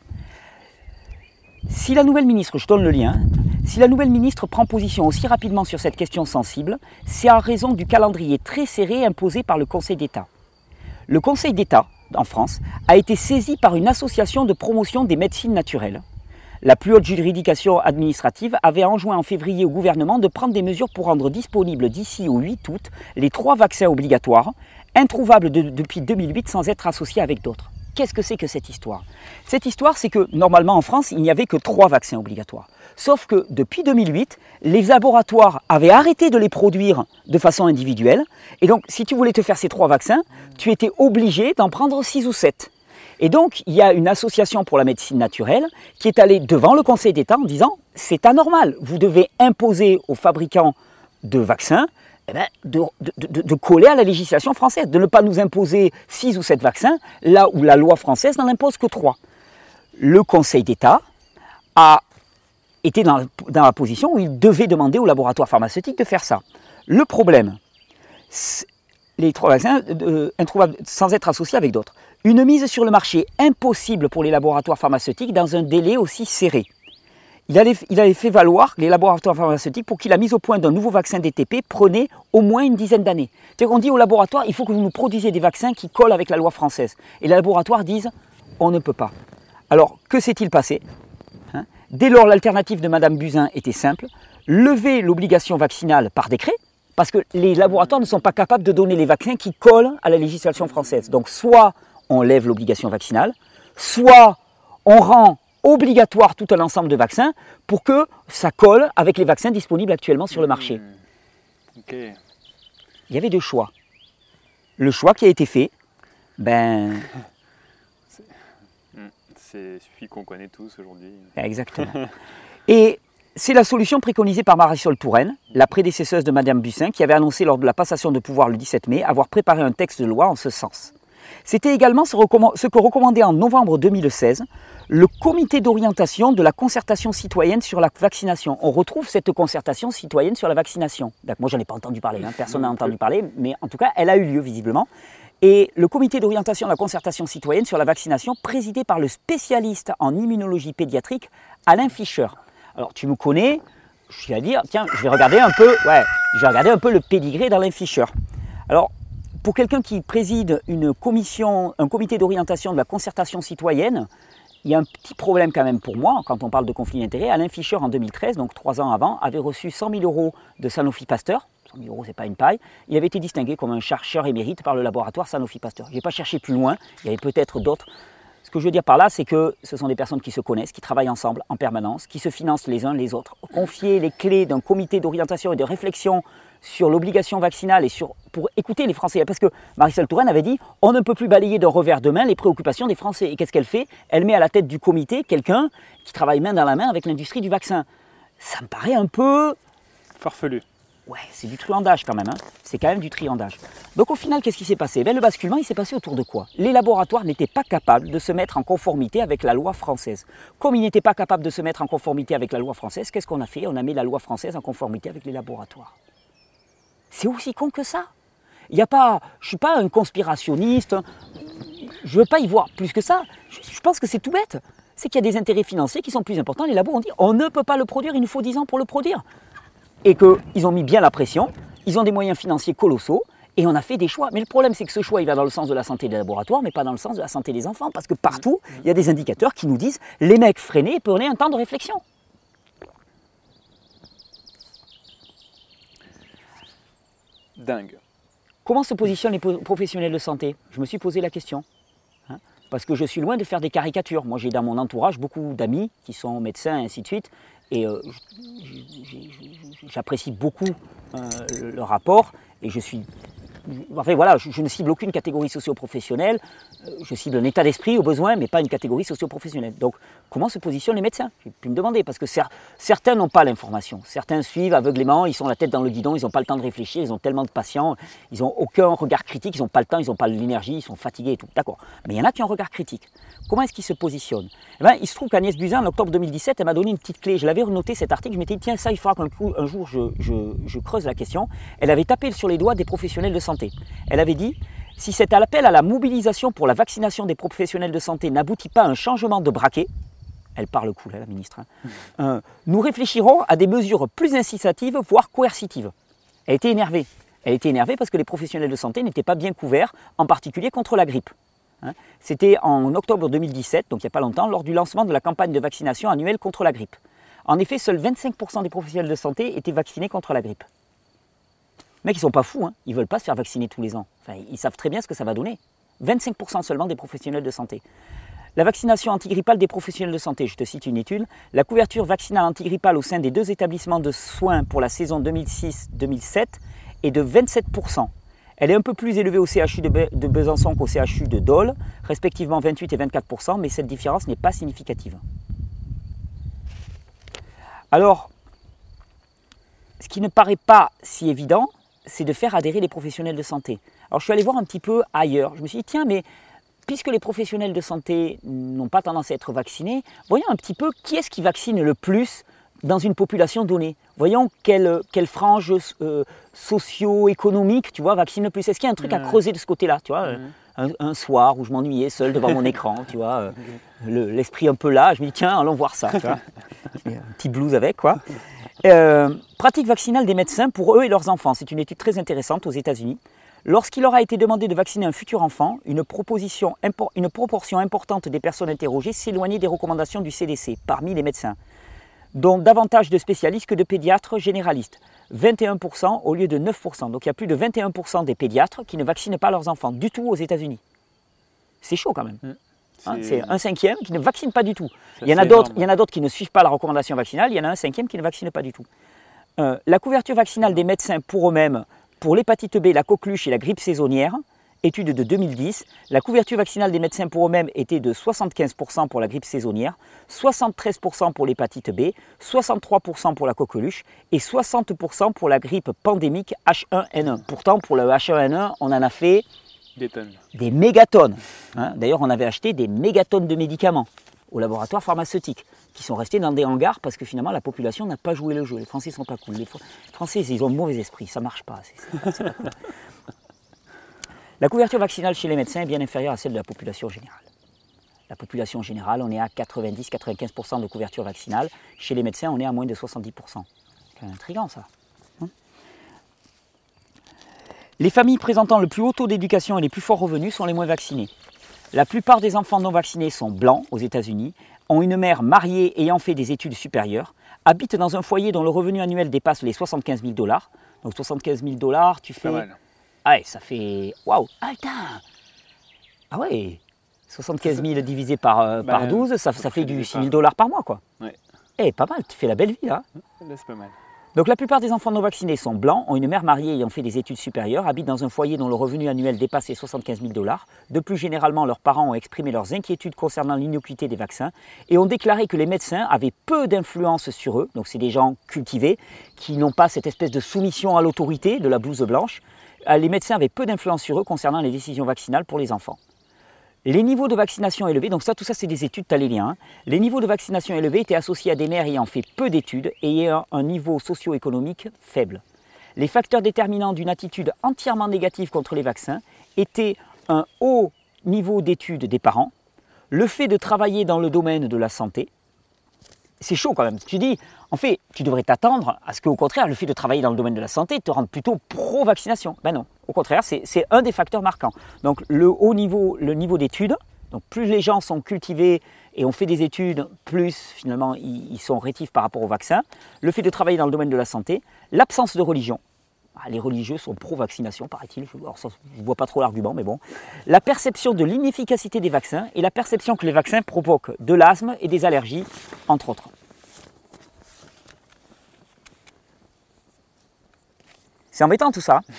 Si la nouvelle ministre, je donne le lien, si la nouvelle ministre prend position aussi rapidement sur cette question sensible, c'est en raison du calendrier très serré imposé par le Conseil d'État. Le Conseil d'État, en France, a été saisi par une association de promotion des médecines naturelles. La plus haute juridiction administrative avait enjoint en février au gouvernement de prendre des mesures pour rendre disponibles d'ici au huit août les trois vaccins obligatoires, introuvables de, depuis deux mille huit sans être associés avec d'autres. Qu'est-ce que c'est que cette histoire? Cette histoire, c'est que normalement en France, il n'y avait que trois vaccins obligatoires. Sauf que depuis deux mille huit, les laboratoires avaient arrêté de les produire de façon individuelle. Et donc, si tu voulais te faire ces trois vaccins, tu étais obligé d'en prendre six ou sept. Et donc, il y a une association pour la médecine naturelle qui est allée devant le Conseil d'État en disant « c'est anormal, vous devez imposer aux fabricants de vaccins eh ben, de, de, de, de coller à la législation française, de ne pas nous imposer six ou sept vaccins, là où la loi française n'en impose que trois. » Le Conseil d'État a été dans, dans la position où il devait demander aux laboratoires pharmaceutiques de faire ça. Le problème, les trois vaccins euh, introuvables sans être associés avec d'autres. Une mise sur le marché impossible pour les laboratoires pharmaceutiques dans un délai aussi serré. Il avait, il avait fait valoir, les laboratoires pharmaceutiques, pour qu'il la mise au point d'un nouveau vaccin D T P prenait au moins une dizaine d'années. C'est-à-dire qu'on dit aux laboratoires, il faut que vous nous produisiez des vaccins qui collent avec la loi française. Et les laboratoires disent, on ne peut pas. Alors, que s'est-il passé? hein Dès lors, l'alternative de Madame Buzyn était simple, lever l'obligation vaccinale par décret, parce que les laboratoires ne sont pas capables de donner les vaccins qui collent à la législation française. Donc, soit on lève l'obligation vaccinale, soit on rend obligatoire tout un ensemble de vaccins pour que ça colle avec les vaccins disponibles actuellement sur le marché. Mmh. Okay. Il y avait deux choix. Le choix qui a été fait, ben... C'est celui qu'on connaît tous aujourd'hui. Exactement. Et c'est la solution préconisée par Marisol Touraine, la prédécesseuse de Madame Buzyn, qui avait annoncé lors de la passation de pouvoir le dix-sept mai avoir préparé un texte de loi en ce sens. C'était également ce, ce que recommandait en novembre deux mille seize le comité d'orientation de la concertation citoyenne sur la vaccination. On retrouve cette concertation citoyenne sur la vaccination. Donc, moi, je n'en ai pas entendu parler, hein. Personne n'a entendu parler, mais en tout cas, elle a eu lieu visiblement. Et le comité d'orientation de la concertation citoyenne sur la vaccination, présidé par le spécialiste en immunologie pédiatrique, Alain Fischer. Alors, tu me connais, je vais dire, tiens, je vais regarder un peu, ouais, je vais regarder un peu le pédigré d'Alain Fischer. Alors, pour quelqu'un qui préside une commission, un comité d'orientation de la concertation citoyenne, il y a un petit problème quand même pour moi, quand on parle de conflit d'intérêts. Alain Fischer, en deux mille treize, donc trois ans avant, avait reçu cent mille euros de Sanofi Pasteur. cent mille euros, ce n'est pas une paille. Il avait été distingué comme un chercheur émérite par le laboratoire Sanofi Pasteur. Je n'ai pas cherché plus loin, il y avait peut-être d'autres. Ce que je veux dire par là, c'est que ce sont des personnes qui se connaissent, qui travaillent ensemble en permanence, qui se financent les uns les autres. Confier les clés d'un comité d'orientation et de réflexion sur l'obligation vaccinale et sur, pour écouter les Français. Parce que Marisol Touraine avait dit on ne peut plus balayer d'un revers de main les préoccupations des Français. Et qu'est-ce qu'elle fait? Elle met à la tête du comité quelqu'un qui travaille main dans la main avec l'industrie du vaccin. Ça me paraît un peu... farfelu. Ouais, c'est du truandage quand même, hein. C'est quand même du truandage. Donc au final, qu'est-ce qui s'est passé? Ben, le basculement, il s'est passé autour de quoi? Les laboratoires n'étaient pas capables de se mettre en conformité avec la loi française. Comme ils n'étaient pas capables de se mettre en conformité avec la loi française, qu'est-ce qu'on a fait? On a mis la loi française en conformité avec les laboratoires. C'est aussi con que ça. Il y a pas, je ne suis pas un conspirationniste, je ne veux pas y voir plus que ça. Je, je pense que c'est tout bête. C'est qu'il y a des intérêts financiers qui sont plus importants. Les labos ont dit on ne peut pas le produire, il nous faut dix ans pour le produire. Et qu'ils ont mis bien la pression, ils ont des moyens financiers colossaux, et on a fait des choix. Mais le problème, c'est que ce choix, il va dans le sens de la santé des laboratoires, mais pas dans le sens de la santé des enfants, parce que partout, il y a des indicateurs qui nous disent les mecs, freinez et prenez un temps de réflexion. Dingue. Comment se positionnent les professionnels de santé? Je me suis posé la question. Hein, parce que je suis loin de faire des caricatures. Moi, j'ai dans mon entourage beaucoup d'amis qui sont médecins, et ainsi de suite. Et euh, j'apprécie beaucoup euh, le, le rapport et je suis... Enfin voilà, je, je ne cible aucune catégorie socio-professionnelle, euh, je cible un état d'esprit au besoin, mais pas une catégorie socio-professionnelle. Donc, comment se positionnent les médecins? J'ai pu me demander, parce que cer certains n'ont pas l'information. Certains suivent aveuglément, ils sont la tête dans le guidon, ils n'ont pas le temps de réfléchir, ils ont tellement de patients, ils n'ont aucun regard critique, ils n'ont pas le temps, ils n'ont pas l'énergie, ils sont fatigués et tout. D'accord. Mais il y en a qui ont un regard critique. Comment est-ce qu'ils se positionnent? Eh bien, il se trouve qu'Agnès Buzyn, en octobre deux mille dix-sept, elle m'a donné une petite clé. Je l'avais noté cet article, je m'étais dit, tiens, ça, il faudra qu'un coup, un jour, je, je, je creuse la question. Elle avait tapé sur les doigts des professionnels de santé. Elle avait dit, si cet appel à la mobilisation pour la vaccination des professionnels de santé n'aboutit pas à un changement de braquet, elle parle cool, hein, la ministre, hein, euh, nous réfléchirons à des mesures plus incitatives, voire coercitives. Elle était énervée. Elle était énervée parce que les professionnels de santé n'étaient pas bien couverts, en particulier contre la grippe. Hein. C'était en octobre deux mille dix-sept, donc il n'y a pas longtemps, lors du lancement de la campagne de vaccination annuelle contre la grippe. En effet, seuls vingt-cinq pour cent des professionnels de santé étaient vaccinés contre la grippe. Les mecs, ils ne sont pas fous, hein. Ils ne veulent pas se faire vacciner tous les ans. Enfin, ils savent très bien ce que ça va donner. vingt-cinq pour cent seulement des professionnels de santé. La vaccination antigrippale des professionnels de santé, je te cite une étude, la couverture vaccinale antigrippale au sein des deux établissements de soins pour la saison deux mille six deux mille sept est de vingt-sept pour cent. Elle est un peu plus élevée au C H U de, Be de Besançon qu'au C H U de Dole, respectivement vingt-huit et vingt-quatre pour cent, mais cette différence n'est pas significative. Alors, ce qui ne paraît pas si évident, c'est de faire adhérer les professionnels de santé. Alors je suis allé voir un petit peu ailleurs, je me suis dit tiens mais puisque les professionnels de santé n'ont pas tendance à être vaccinés, voyons un petit peu qui est-ce qui vaccine le plus dans une population donnée. Voyons quelle, quelle frange euh, socio-économique, tu vois, vaccine le plus. Est-ce qu'il y a un truc mmh. à creuser de ce côté-là, tu vois, mmh. un, un soir où je m'ennuyais seul devant mon écran, tu vois, euh, l'esprit le, un peu là, je me dis tiens, allons voir ça, tu vois. Un petit blues avec, quoi. Euh, pratique vaccinale des médecins pour eux et leurs enfants. C'est une étude très intéressante aux États-Unis. Lorsqu'il leur a été demandé de vacciner un futur enfant, une, proposition, une proportion importante des personnes interrogées s'éloignait des recommandations du C D C parmi les médecins, dont davantage de spécialistes que de pédiatres généralistes, vingt et un pour cent au lieu de neuf pour cent. Donc il y a plus de vingt et un pour cent des pédiatres qui ne vaccinent pas leurs enfants du tout aux États-Unis. C'est chaud quand même. Mmh. Hein, c'est un cinquième qui ne vaccine pas du tout. Il y en a d'autres, il y en a d'autres qui ne suivent pas la recommandation vaccinale, il y en a un cinquième qui ne vaccine pas du tout. Euh, la couverture vaccinale des médecins pour eux-mêmes, pour l'hépatite B, la coqueluche et la grippe saisonnière, étude de deux mille dix, la couverture vaccinale des médecins pour eux-mêmes était de soixante-quinze pour cent pour la grippe saisonnière, soixante-treize pour cent pour l'hépatite B, soixante-trois pour cent pour la coqueluche et soixante pour cent pour la grippe pandémique H un N un. Pourtant, pour le H un N un, on en a fait des tonnes. Des mégatonnes. Hein. D'ailleurs, on avait acheté des mégatonnes de médicaments au laboratoire pharmaceutique qui sont restés dans des hangars parce que finalement la population n'a pas joué le jeu. Les Français sont pas cool. Les Français, ils ont un mauvais esprit, ça marche pas. C'est pas cool. La couverture vaccinale chez les médecins est bien inférieure à celle de la population générale. La population générale, on est à quatre-vingt-dix à quatre-vingt-quinze pour cent de couverture vaccinale. Chez les médecins, on est à moins de soixante-dix pour cent. C'est quand même intriguant ça. Hein? Les familles présentant le plus haut taux d'éducation et les plus forts revenus sont les moins vaccinées. La plupart des enfants non vaccinés sont blancs aux États-Unis, ont une mère mariée ayant fait des études supérieures, habitent dans un foyer dont le revenu annuel dépasse les soixante-quinze mille dollars. Donc soixante-quinze mille dollars, tu fais... Pas mal. Ah ouais, ça fait... Waouh! Ah putain! Ah ouais! soixante-quinze mille divisé par, euh, bah, par douze, ça, ça fait du six mille dollars par mois, quoi. Ouais. Eh, pas mal, tu fais la belle vie, là. Là, c'est pas mal. Donc la plupart des enfants non vaccinés sont blancs, ont une mère mariée ayant fait des études supérieures, habitent dans un foyer dont le revenu annuel dépasse les soixante-quinze mille dollars. De plus généralement, leurs parents ont exprimé leurs inquiétudes concernant l'innocuité des vaccins et ont déclaré que les médecins avaient peu d'influence sur eux. Donc c'est des gens cultivés qui n'ont pas cette espèce de soumission à l'autorité de la blouse blanche. Les médecins avaient peu d'influence sur eux concernant les décisions vaccinales pour les enfants. Les niveaux de vaccination élevés, donc ça, tout ça c'est des études, tu as les liens. Hein. Les niveaux de vaccination élevés étaient associés à des mères ayant fait peu d'études et ayant un niveau socio-économique faible. Les facteurs déterminants d'une attitude entièrement négative contre les vaccins étaient un haut niveau d'études des parents, le fait de travailler dans le domaine de la santé. C'est chaud quand même. Tu dis, en fait, tu devrais t'attendre à ce qu'au contraire, le fait de travailler dans le domaine de la santé te rende plutôt pro-vaccination. Ben non, au contraire, c'est un des facteurs marquants. Donc le haut niveau, le niveau d'études, donc plus les gens sont cultivés et ont fait des études, plus finalement ils, ils sont rétifs par rapport au vaccin. Le fait de travailler dans le domaine de la santé, l'absence de religion. Ah, les religieux sont pro-vaccination, paraît-il. Je ne vois pas trop l'argument, mais bon. La perception de l'inefficacité des vaccins et la perception que les vaccins provoquent de l'asthme et des allergies, entre autres. C'est embêtant tout ça.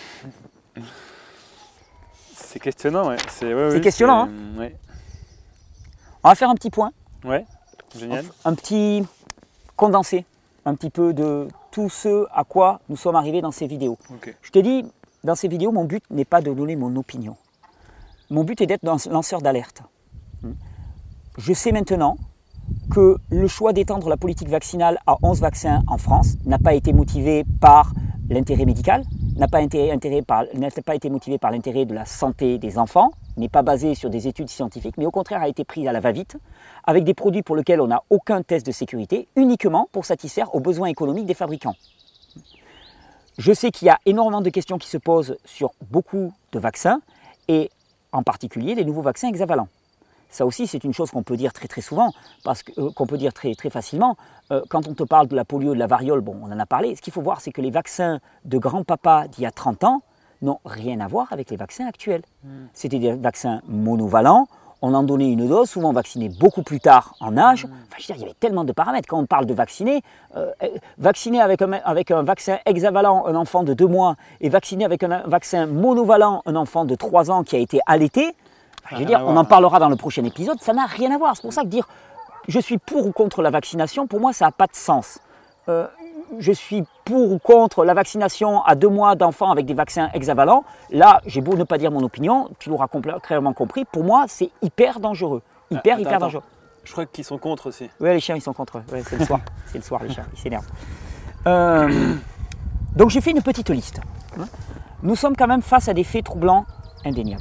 C'est questionnant, ouais. C'est ouais, oui, questionnant, hein. Ouais. On va faire un petit point. Ouais, génial. Un petit condensé, un petit peu de tout ce à quoi nous sommes arrivés dans ces vidéos. Okay. Je te dis, dans ces vidéos, mon but n'est pas de donner mon opinion. Mon but est d'être lanceur d'alerte. Je sais maintenant que le choix d'étendre la politique vaccinale à onze vaccins en France n'a pas été motivé par l'intérêt médical, n'a pas, pas été motivé par l'intérêt de la santé des enfants, n'est pas basé sur des études scientifiques, mais au contraire a été pris à la va-vite, avec des produits pour lesquels on n'a aucun test de sécurité, uniquement pour satisfaire aux besoins économiques des fabricants. Je sais qu'il y a énormément de questions qui se posent sur beaucoup de vaccins, et en particulier les nouveaux vaccins hexavalents. Ça aussi, c'est une chose qu'on peut dire très très souvent, parce que, euh, qu'on peut dire très, très facilement. Euh, quand on te parle de la polio, de la variole, bon, on en a parlé. Ce qu'il faut voir, c'est que les vaccins de grand-papa d'il y a trente ans n'ont rien à voir avec les vaccins actuels. Mm. C'était des vaccins monovalents. on en donnait une dose, souvent on vaccinait beaucoup plus tard en âge. Enfin, je veux dire, il y avait tellement de paramètres. Quand on parle de vacciner, euh, vacciner avec un, avec un vaccin hexavalent un enfant de deux mois et vacciner avec un vaccin monovalent un enfant de trois ans qui a été allaité, enfin, je veux dire, on en parlera dans le prochain épisode, ça n'a rien à voir. C'est pour ça que dire je suis pour ou contre la vaccination, pour moi, ça n'a pas de sens. Euh, je suis pour ou contre la vaccination à deux mois d'enfants avec des vaccins hexavalents. Là, j'ai beau ne pas dire mon opinion, tu l'auras clairement compris, pour moi, c'est hyper dangereux. Hyper, ah, hyper attends, dangereux. Je crois qu'ils sont contre aussi. Oui, les chiens, ils sont contre. Ouais, c'est le soir. C'est le soir, les chiens, ils s'énervent. Euh, donc, j'ai fait une petite liste. Nous sommes quand même face à des faits troublants indéniables.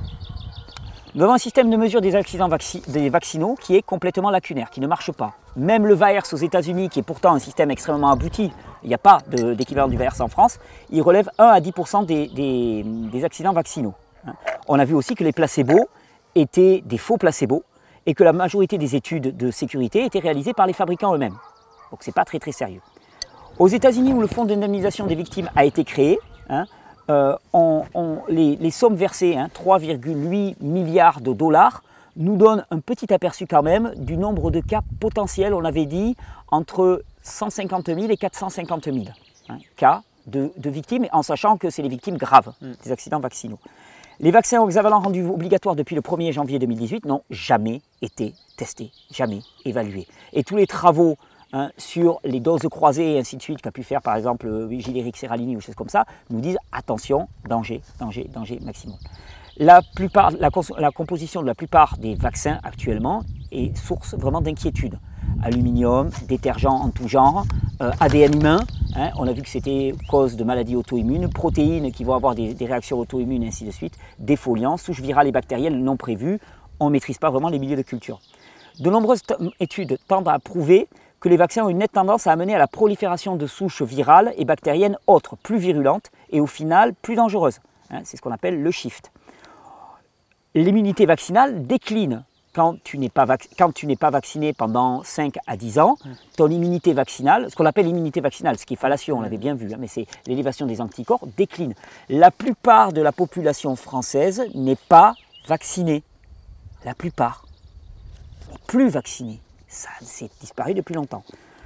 Nous avons un système de mesure des accidents vacci des vaccinaux qui est complètement lacunaire, qui ne marche pas. Même le VAERS aux États-Unis, qui est pourtant un système extrêmement abouti, il n'y a pas d'équivalent du VAERS en France, il relève un à dix pour cent des, des, des accidents vaccinaux. On a vu aussi que les placebos étaient des faux placebos et que la majorité des études de sécurité étaient réalisées par les fabricants eux-mêmes. Donc ce n'est pas très très sérieux. Aux États-Unis, où le fonds d'indemnisation des victimes a été créé, hein, Euh, on, on, les, les sommes versées, hein, trois virgule huit milliards de dollars, nous donnent un petit aperçu quand même du nombre de cas potentiels, on avait dit, entre cent cinquante mille et quatre cent cinquante mille hein, cas de, de victimes, en sachant que c'est les victimes graves mm. des accidents vaccinaux. Les vaccins hexavalents rendus obligatoires depuis le premier janvier deux mille dix-huit n'ont jamais été testés, jamais évalués. Et tous les travaux Hein, sur les doses croisées et ainsi de suite qu'a pu faire par exemple Giléric Serralini ou des choses comme ça, nous disent attention, danger, danger, danger maximum. La, plupart, la, la composition de la plupart des vaccins actuellement est source vraiment d'inquiétude. Aluminium, détergents en tout genre, euh, A D N humain, hein, on a vu que c'était cause de maladies auto-immunes, protéines qui vont avoir des, des réactions auto-immunes et ainsi de suite, défoliants, souches virales et bactériennes non prévues, on ne maîtrise pas vraiment les milieux de culture. De nombreuses études tendent à prouver que les vaccins ont une nette tendance à amener à la prolifération de souches virales et bactériennes autres, plus virulentes et au final plus dangereuses. Hein, c'est ce qu'on appelle le shift. L'immunité vaccinale décline quand tu n'es pas, pas vacciné pendant cinq à dix ans. Ton immunité vaccinale, ce qu'on appelle l'immunité vaccinale, ce qui est fallacieux, on l'avait bien vu, hein, mais c'est l'élévation des anticorps, décline. La plupart de la population française n'est pas vaccinée. La plupart n'est plus vaccinée. Ça s'est disparu depuis longtemps.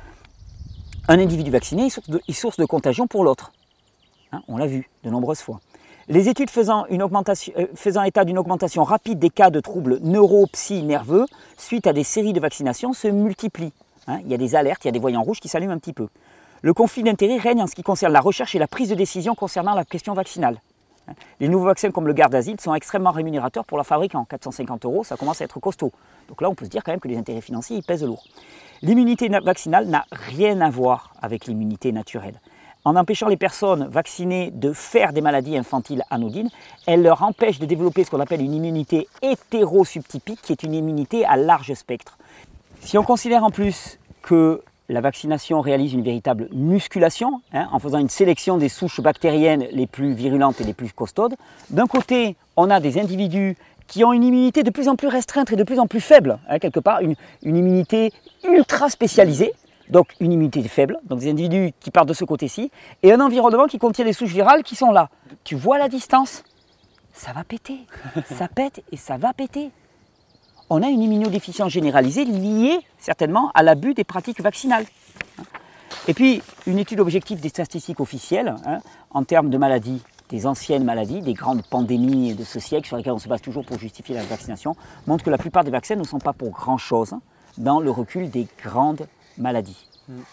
Un individu vacciné est source de, est source de contagion pour l'autre. Hein, on l'a vu de nombreuses fois. Les études faisant, une augmentation, euh, faisant état d'une augmentation rapide des cas de troubles neuro-psy-nerveux suite à des séries de vaccinations se multiplient. Hein, il y a des alertes, il y a des voyants rouges qui s'allument un petit peu. Le conflit d'intérêts règne en ce qui concerne la recherche et la prise de décision concernant la question vaccinale. Les nouveaux vaccins comme le Gardasil sont extrêmement rémunérateurs pour leurs fabricants. quatre cent cinquante euros, ça commence à être costaud. Donc là, on peut se dire quand même que les intérêts financiers ils pèsent lourd. L'immunité vaccinale n'a rien à voir avec l'immunité naturelle. En empêchant les personnes vaccinées de faire des maladies infantiles anodines, elle leur empêche de développer ce qu'on appelle une immunité hétérosubtypique, qui est une immunité à large spectre. Si on considère en plus que la vaccination réalise une véritable musculation, hein, en faisant une sélection des souches bactériennes les plus virulentes et les plus costaudes. D'un côté, on a des individus qui ont une immunité de plus en plus restreinte et de plus en plus faible, hein, quelque part, une, une immunité ultra spécialisée, donc une immunité faible, donc des individus qui partent de ce côté-ci, et un environnement qui contient des souches virales qui sont là. Tu vois la distance? Ça va péter, ça pète et ça va péter. On a une immunodéficience généralisée liée certainement à l'abus des pratiques vaccinales. Et puis, une étude objective des statistiques officielles, hein, en termes de maladies, des anciennes maladies, des grandes pandémies de ce siècle sur lesquelles on se base toujours pour justifier la vaccination, montre que la plupart des vaccins ne sont pas pour grand-chose hein, dans le recul des grandes maladies.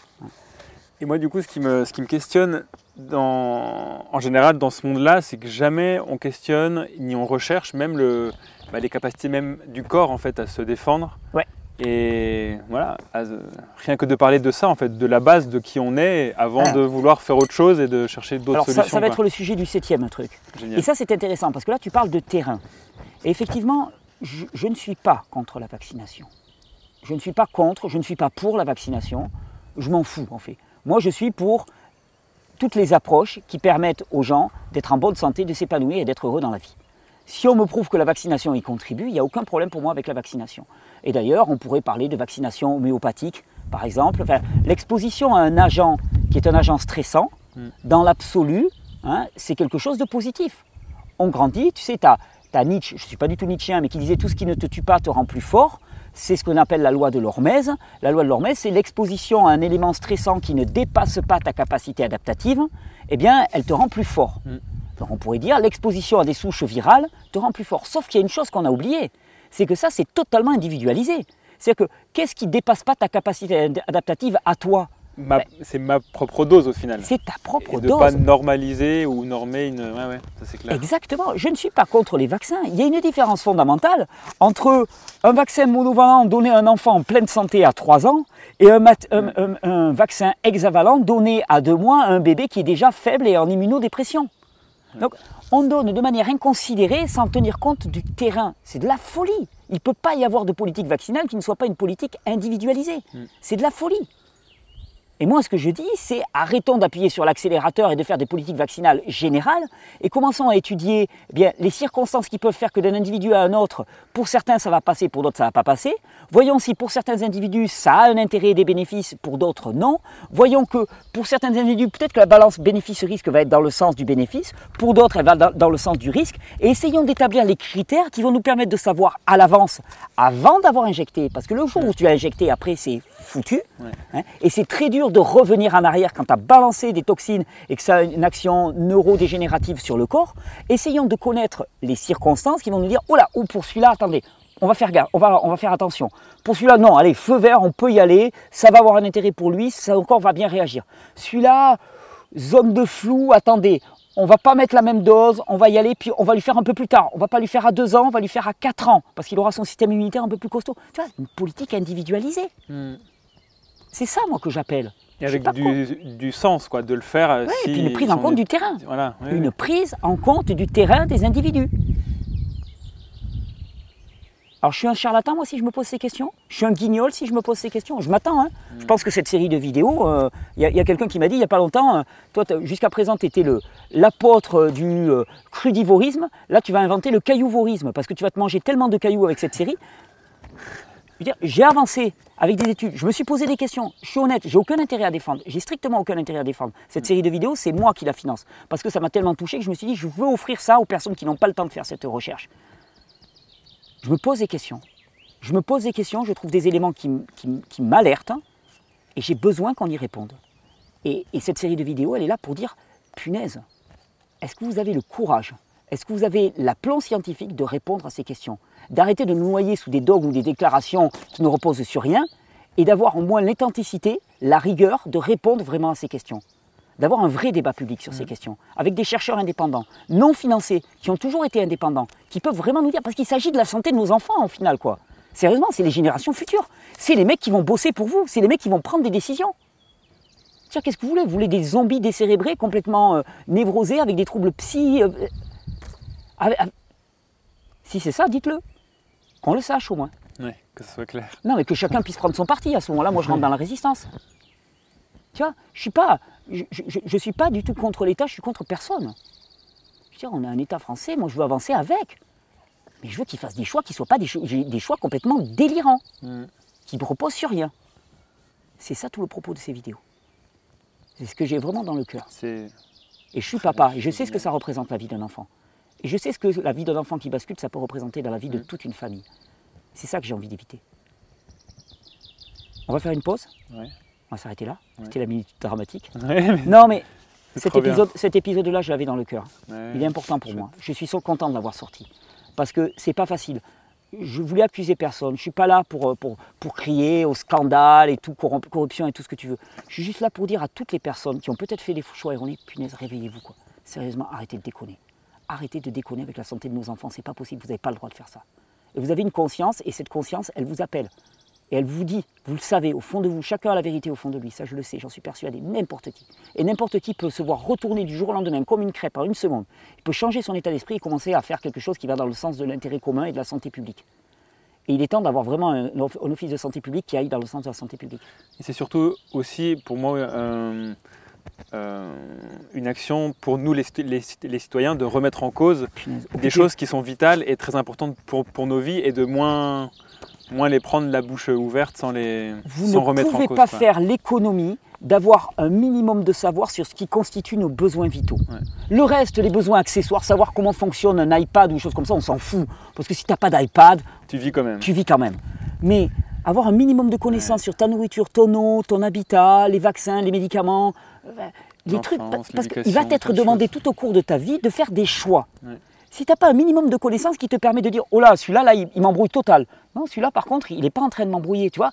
Et moi, du coup, ce qui me, ce qui me questionne dans, en général dans ce monde-là, c'est que jamais on questionne ni on recherche même le, bah, les capacités même du corps en fait à se défendre. Ouais. Et voilà, à, rien que de parler de ça, en fait, de la base de qui on est, avant Alors, de vouloir faire autre chose et de chercher d'autres alors solutions. Ça, ça va quoi. être le sujet du septième truc. Génial. Et ça, c'est intéressant parce que là, tu parles de terrain. Et effectivement, je, je ne suis pas contre la vaccination. Je ne suis pas contre, je ne suis pas pour la vaccination. Je m'en fous, en fait. Moi, je suis pour toutes les approches qui permettent aux gens d'être en bonne santé, de s'épanouir et d'être heureux dans la vie. Si on me prouve que la vaccination y contribue, il n'y a aucun problème pour moi avec la vaccination. Et d'ailleurs, on pourrait parler de vaccination homéopathique, par exemple. Enfin, l'exposition à un agent qui est un agent stressant, mm. dans l'absolu, hein, c'est quelque chose de positif. On grandit, tu sais, tu as tu as Nietzsche, je ne suis pas du tout nietzschéen, mais qui disait tout ce qui ne te tue pas te rend plus fort. C'est ce qu'on appelle la loi de l'hormèse. La loi de l'hormèse, c'est l'exposition à un élément stressant qui ne dépasse pas ta capacité adaptative, eh bien, elle te rend plus fort. Mm. Donc on pourrait dire l'exposition à des souches virales te rend plus fort. Sauf qu'il y a une chose qu'on a oubliée, c'est que ça, c'est totalement individualisé. C'est-à-dire que qu'est-ce qui ne dépasse pas ta capacité adaptative à toi? Ma, ben, c'est ma propre dose au final. C'est ta propre et de dose. De ne pas normaliser ou normer une... Ouais, ouais, ça c'est clair. Exactement. Je ne suis pas contre les vaccins. Il y a une différence fondamentale entre un vaccin monovalent donné à un enfant en pleine santé à trois ans et un, mat- un, un, un vaccin hexavalent donné à deux mois à un bébé qui est déjà faible et en immunodépression. Donc, on donne de manière inconsidérée sans tenir compte du terrain. C'est de la folie. Il ne peut pas y avoir de politique vaccinale qui ne soit pas une politique individualisée. Mm. C'est de la folie. Et moi, ce que je dis, c'est arrêtons d'appuyer sur l'accélérateur et de faire des politiques vaccinales générales et commençons à étudier eh bien, les circonstances qui peuvent faire que d'un individu à un autre, pour certains ça va passer, pour d'autres ça ne va pas passer. Voyons si pour certains individus ça a un intérêt et des bénéfices, pour d'autres non. Voyons que pour certains individus, peut-être que la balance bénéfice-risque va être dans le sens du bénéfice, pour d'autres elle va dans, dans le sens du risque. Et essayons d'établir les critères qui vont nous permettre de savoir à l'avance, avant d'avoir injecté, parce que le jour où tu as injecté, après c'est foutu, ouais. hein, et c'est très dur de revenir en arrière quand tu as balancé des toxines et que ça a une action neurodégénérative sur le corps. Essayons de connaître les circonstances qui vont nous dire « Oh là, ou pour celui-là, attendez, on va faire gaffe, on va, on va faire attention. Pour celui-là, non, allez, feu vert, on peut y aller, ça va avoir un intérêt pour lui, ça encore va bien réagir. Celui-là, zone de flou, attendez, on ne va pas mettre la même dose, on va y aller, puis on va lui faire un peu plus tard. On ne va pas lui faire à deux ans, on va lui faire à quatre ans, parce qu'il aura son système immunitaire un peu plus costaud. » Tu vois, une politique individualisée. Hmm. C'est ça, moi, que j'appelle. Et avec du, du sens, quoi, de le faire. Oui, si et puis une prise en compte est... du terrain. Voilà, oui, une oui. prise en compte du terrain des individus. Alors, je suis un charlatan, moi, si je me pose ces questions. Je suis un guignol si je me pose ces questions. Je m'attends. Hein. Mmh. Je pense que cette série de vidéos, il euh, y a, y a quelqu'un qui m'a dit il n'y a pas longtemps, euh, toi, jusqu'à présent, tu étais l'apôtre du euh, crudivorisme. Là, tu vas inventer le caillouvorisme parce que tu vas te manger tellement de cailloux avec cette série. J'ai avancé avec des études, je me suis posé des questions, je suis honnête, j'ai aucun intérêt à défendre, j'ai strictement aucun intérêt à défendre. Cette série de vidéos, c'est moi qui la finance, parce que ça m'a tellement touché que je me suis dit, je veux offrir ça aux personnes qui n'ont pas le temps de faire cette recherche. Je me pose des questions, je me pose des questions, je trouve des éléments qui, qui, qui m'alertent, hein, et j'ai besoin qu'on y réponde. Et, et cette série de vidéos, elle est là pour dire, punaise, est-ce que vous avez le courage ? Est-ce que vous avez l'aplomb scientifique de répondre à ces questions? D'arrêter de nous noyer sous des dogmes ou des déclarations qui ne reposent sur rien et d'avoir au moins l'authenticité, la rigueur de répondre vraiment à ces questions. D'avoir un vrai débat public sur mmh. ces questions, avec des chercheurs indépendants, non financés, qui ont toujours été indépendants, qui peuvent vraiment nous dire, parce qu'il s'agit de la santé de nos enfants en final, quoi. Sérieusement, c'est les générations futures. C'est les mecs qui vont bosser pour vous, c'est les mecs qui vont prendre des décisions. Tiens, qu'est-ce que vous voulez? Vous voulez des zombies décérébrés, complètement euh, névrosés, avec des troubles psy... Euh, Avec, avec... Si c'est ça, dites-le. Qu'on le sache au moins. Oui, que ce soit clair. Non, mais que chacun puisse prendre son parti. À ce moment-là, moi, je rentre dans la résistance. Tu vois, je ne suis pas, je, je, je suis pas du tout contre l'État, je suis contre personne. Je veux dire, on a un État français, moi, je veux avancer avec. Mais je veux qu'il fasse des choix qui ne soient pas des, cho des choix complètement délirants, mm. qui ne reposent sur rien. C'est ça tout le propos de ces vidéos. C'est ce que j'ai vraiment dans le cœur. Et je suis papa, et je sais ce que ça représente la vie d'un enfant. Et je sais ce que la vie d'un enfant qui bascule, ça peut représenter dans la vie de toute une famille. C'est ça que j'ai envie d'éviter. On va faire une pause. Ouais. On va s'arrêter là. Ouais. C'était la minute dramatique. Ouais, mais non, mais cet épisode, cet épisode-là, je l'avais dans le cœur. Ouais, il est important pour moi. Je suis so content de l'avoir sorti. Parce que c'est pas facile. Je voulais accuser personne. Je ne suis pas là pour, pour, pour crier au scandale et tout, corruption et tout ce que tu veux. Je suis juste là pour dire à toutes les personnes qui ont peut-être fait des choix erronés, punaise, réveillez-vous, quoi. Sérieusement, arrêtez de déconner. Arrêtez de déconner avec la santé de nos enfants, c'est pas possible, vous n'avez pas le droit de faire ça. Et vous avez une conscience, et cette conscience, elle vous appelle. Et elle vous dit, vous le savez, au fond de vous, chacun a la vérité au fond de lui, ça je le sais, j'en suis persuadé, n'importe qui. Et n'importe qui peut se voir retourner du jour au lendemain comme une crêpe en une seconde. Il peut changer son état d'esprit et commencer à faire quelque chose qui va dans le sens de l'intérêt commun et de la santé publique. Et il est temps d'avoir vraiment un, un office de santé publique qui aille dans le sens de la santé publique. Et c'est surtout aussi, pour moi, euh... Euh, une action pour nous les, les, les citoyens de remettre en cause Punaise, des choses qui sont vitales et très importantes pour, pour nos vies et de moins, moins les prendre la bouche ouverte sans, les, vous sans remettre en cause. Vous ne pouvez pas quoi. faire l'économie d'avoir un minimum de savoir sur ce qui constitue nos besoins vitaux. Ouais. Le reste, les besoins accessoires, savoir comment fonctionne un iPad ou des choses comme ça, on s'en fout. Parce que si tu n'as pas d'iPad, Tu vis quand même. tu vis quand même. Mais avoir un minimum de connaissances Ouais. sur ta nourriture, ton eau, ton habitat, les vaccins, les médicaments, euh, les trucs, L'enfance, parce qu'il l'éducation, va t'être plein de demandé choses. tout au cours de ta vie de faire des choix. Ouais. Si tu n'as pas un minimum de connaissances qui te permet de dire « Oh là, celui-là, là, il, il m'embrouille total. » Non, celui-là, par contre, il n'est pas en train de m'embrouiller, tu vois.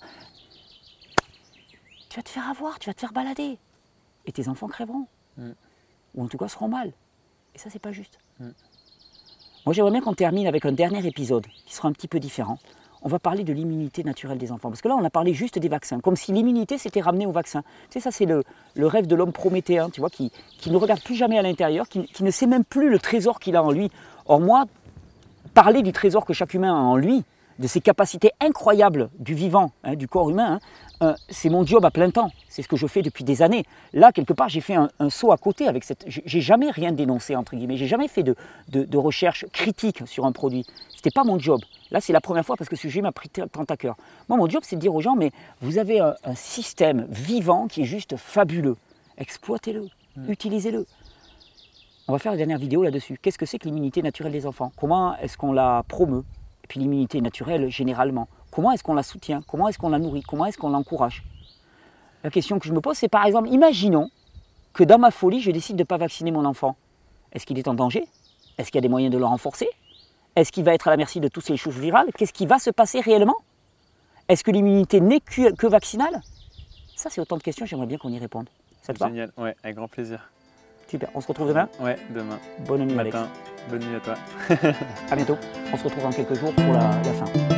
Tu vas te faire avoir, tu vas te faire balader. Et tes enfants crèveront. Mm. Ou en tout cas seront mal. Et ça, c'est pas juste. Mm. Moi, j'aimerais bien qu'on termine avec un dernier épisode qui sera un petit peu différent. On va parler de l'immunité naturelle des enfants. Parce que là, on a parlé juste des vaccins, comme si l'immunité s'était ramenée au vaccin. Tu sais, ça, c'est le, le rêve de l'homme prométhéen, tu vois, qui, qui ne regarde plus jamais à l'intérieur, qui, qui ne sait même plus le trésor qu'il a en lui. Or, moi, parler du trésor que chaque humain a en lui, de ses capacités incroyables du vivant, hein, du corps humain, hein, euh, c'est mon job à plein temps. C'est ce que je fais depuis des années. Là, quelque part, j'ai fait un, un saut à côté avec cette. J'ai jamais rien dénoncé, entre guillemets. J'ai jamais fait de, de, de recherche critique sur un produit. C'était pas mon job. Là, c'est la première fois parce que ce sujet m'a pris tant à cœur. Moi, mon job, c'est de dire aux gens, mais vous avez un, un système vivant qui est juste fabuleux. Exploitez-le, mmh. utilisez-le. On va faire la dernière vidéo là-dessus. Qu'est-ce que c'est que l'immunité naturelle des enfants? Comment est-ce qu'on la promeut? Et puis l'immunité naturelle, généralement. Comment est-ce qu'on la soutient? Comment est-ce qu'on la nourrit? Comment est-ce qu'on l'encourage? La question que je me pose, c'est par exemple, imaginons que dans ma folie, je décide de ne pas vacciner mon enfant. Est-ce qu'il est en danger? Est-ce qu'il y a des moyens de le renforcer? Est-ce qu'il va être à la merci de toutes ces choses virales? Qu'est-ce qui va se passer réellement? Est-ce que l'immunité n'est que, que vaccinale? Ça, c'est autant de questions, j'aimerais bien qu'on y réponde. Ça te va? Génial, ouais, avec grand plaisir. Super, on se retrouve demain? Ouais, demain. Bonne nuit, Matin. Alex. Bonne nuit à toi. À bientôt. On se retrouve dans quelques jours pour la, la fin.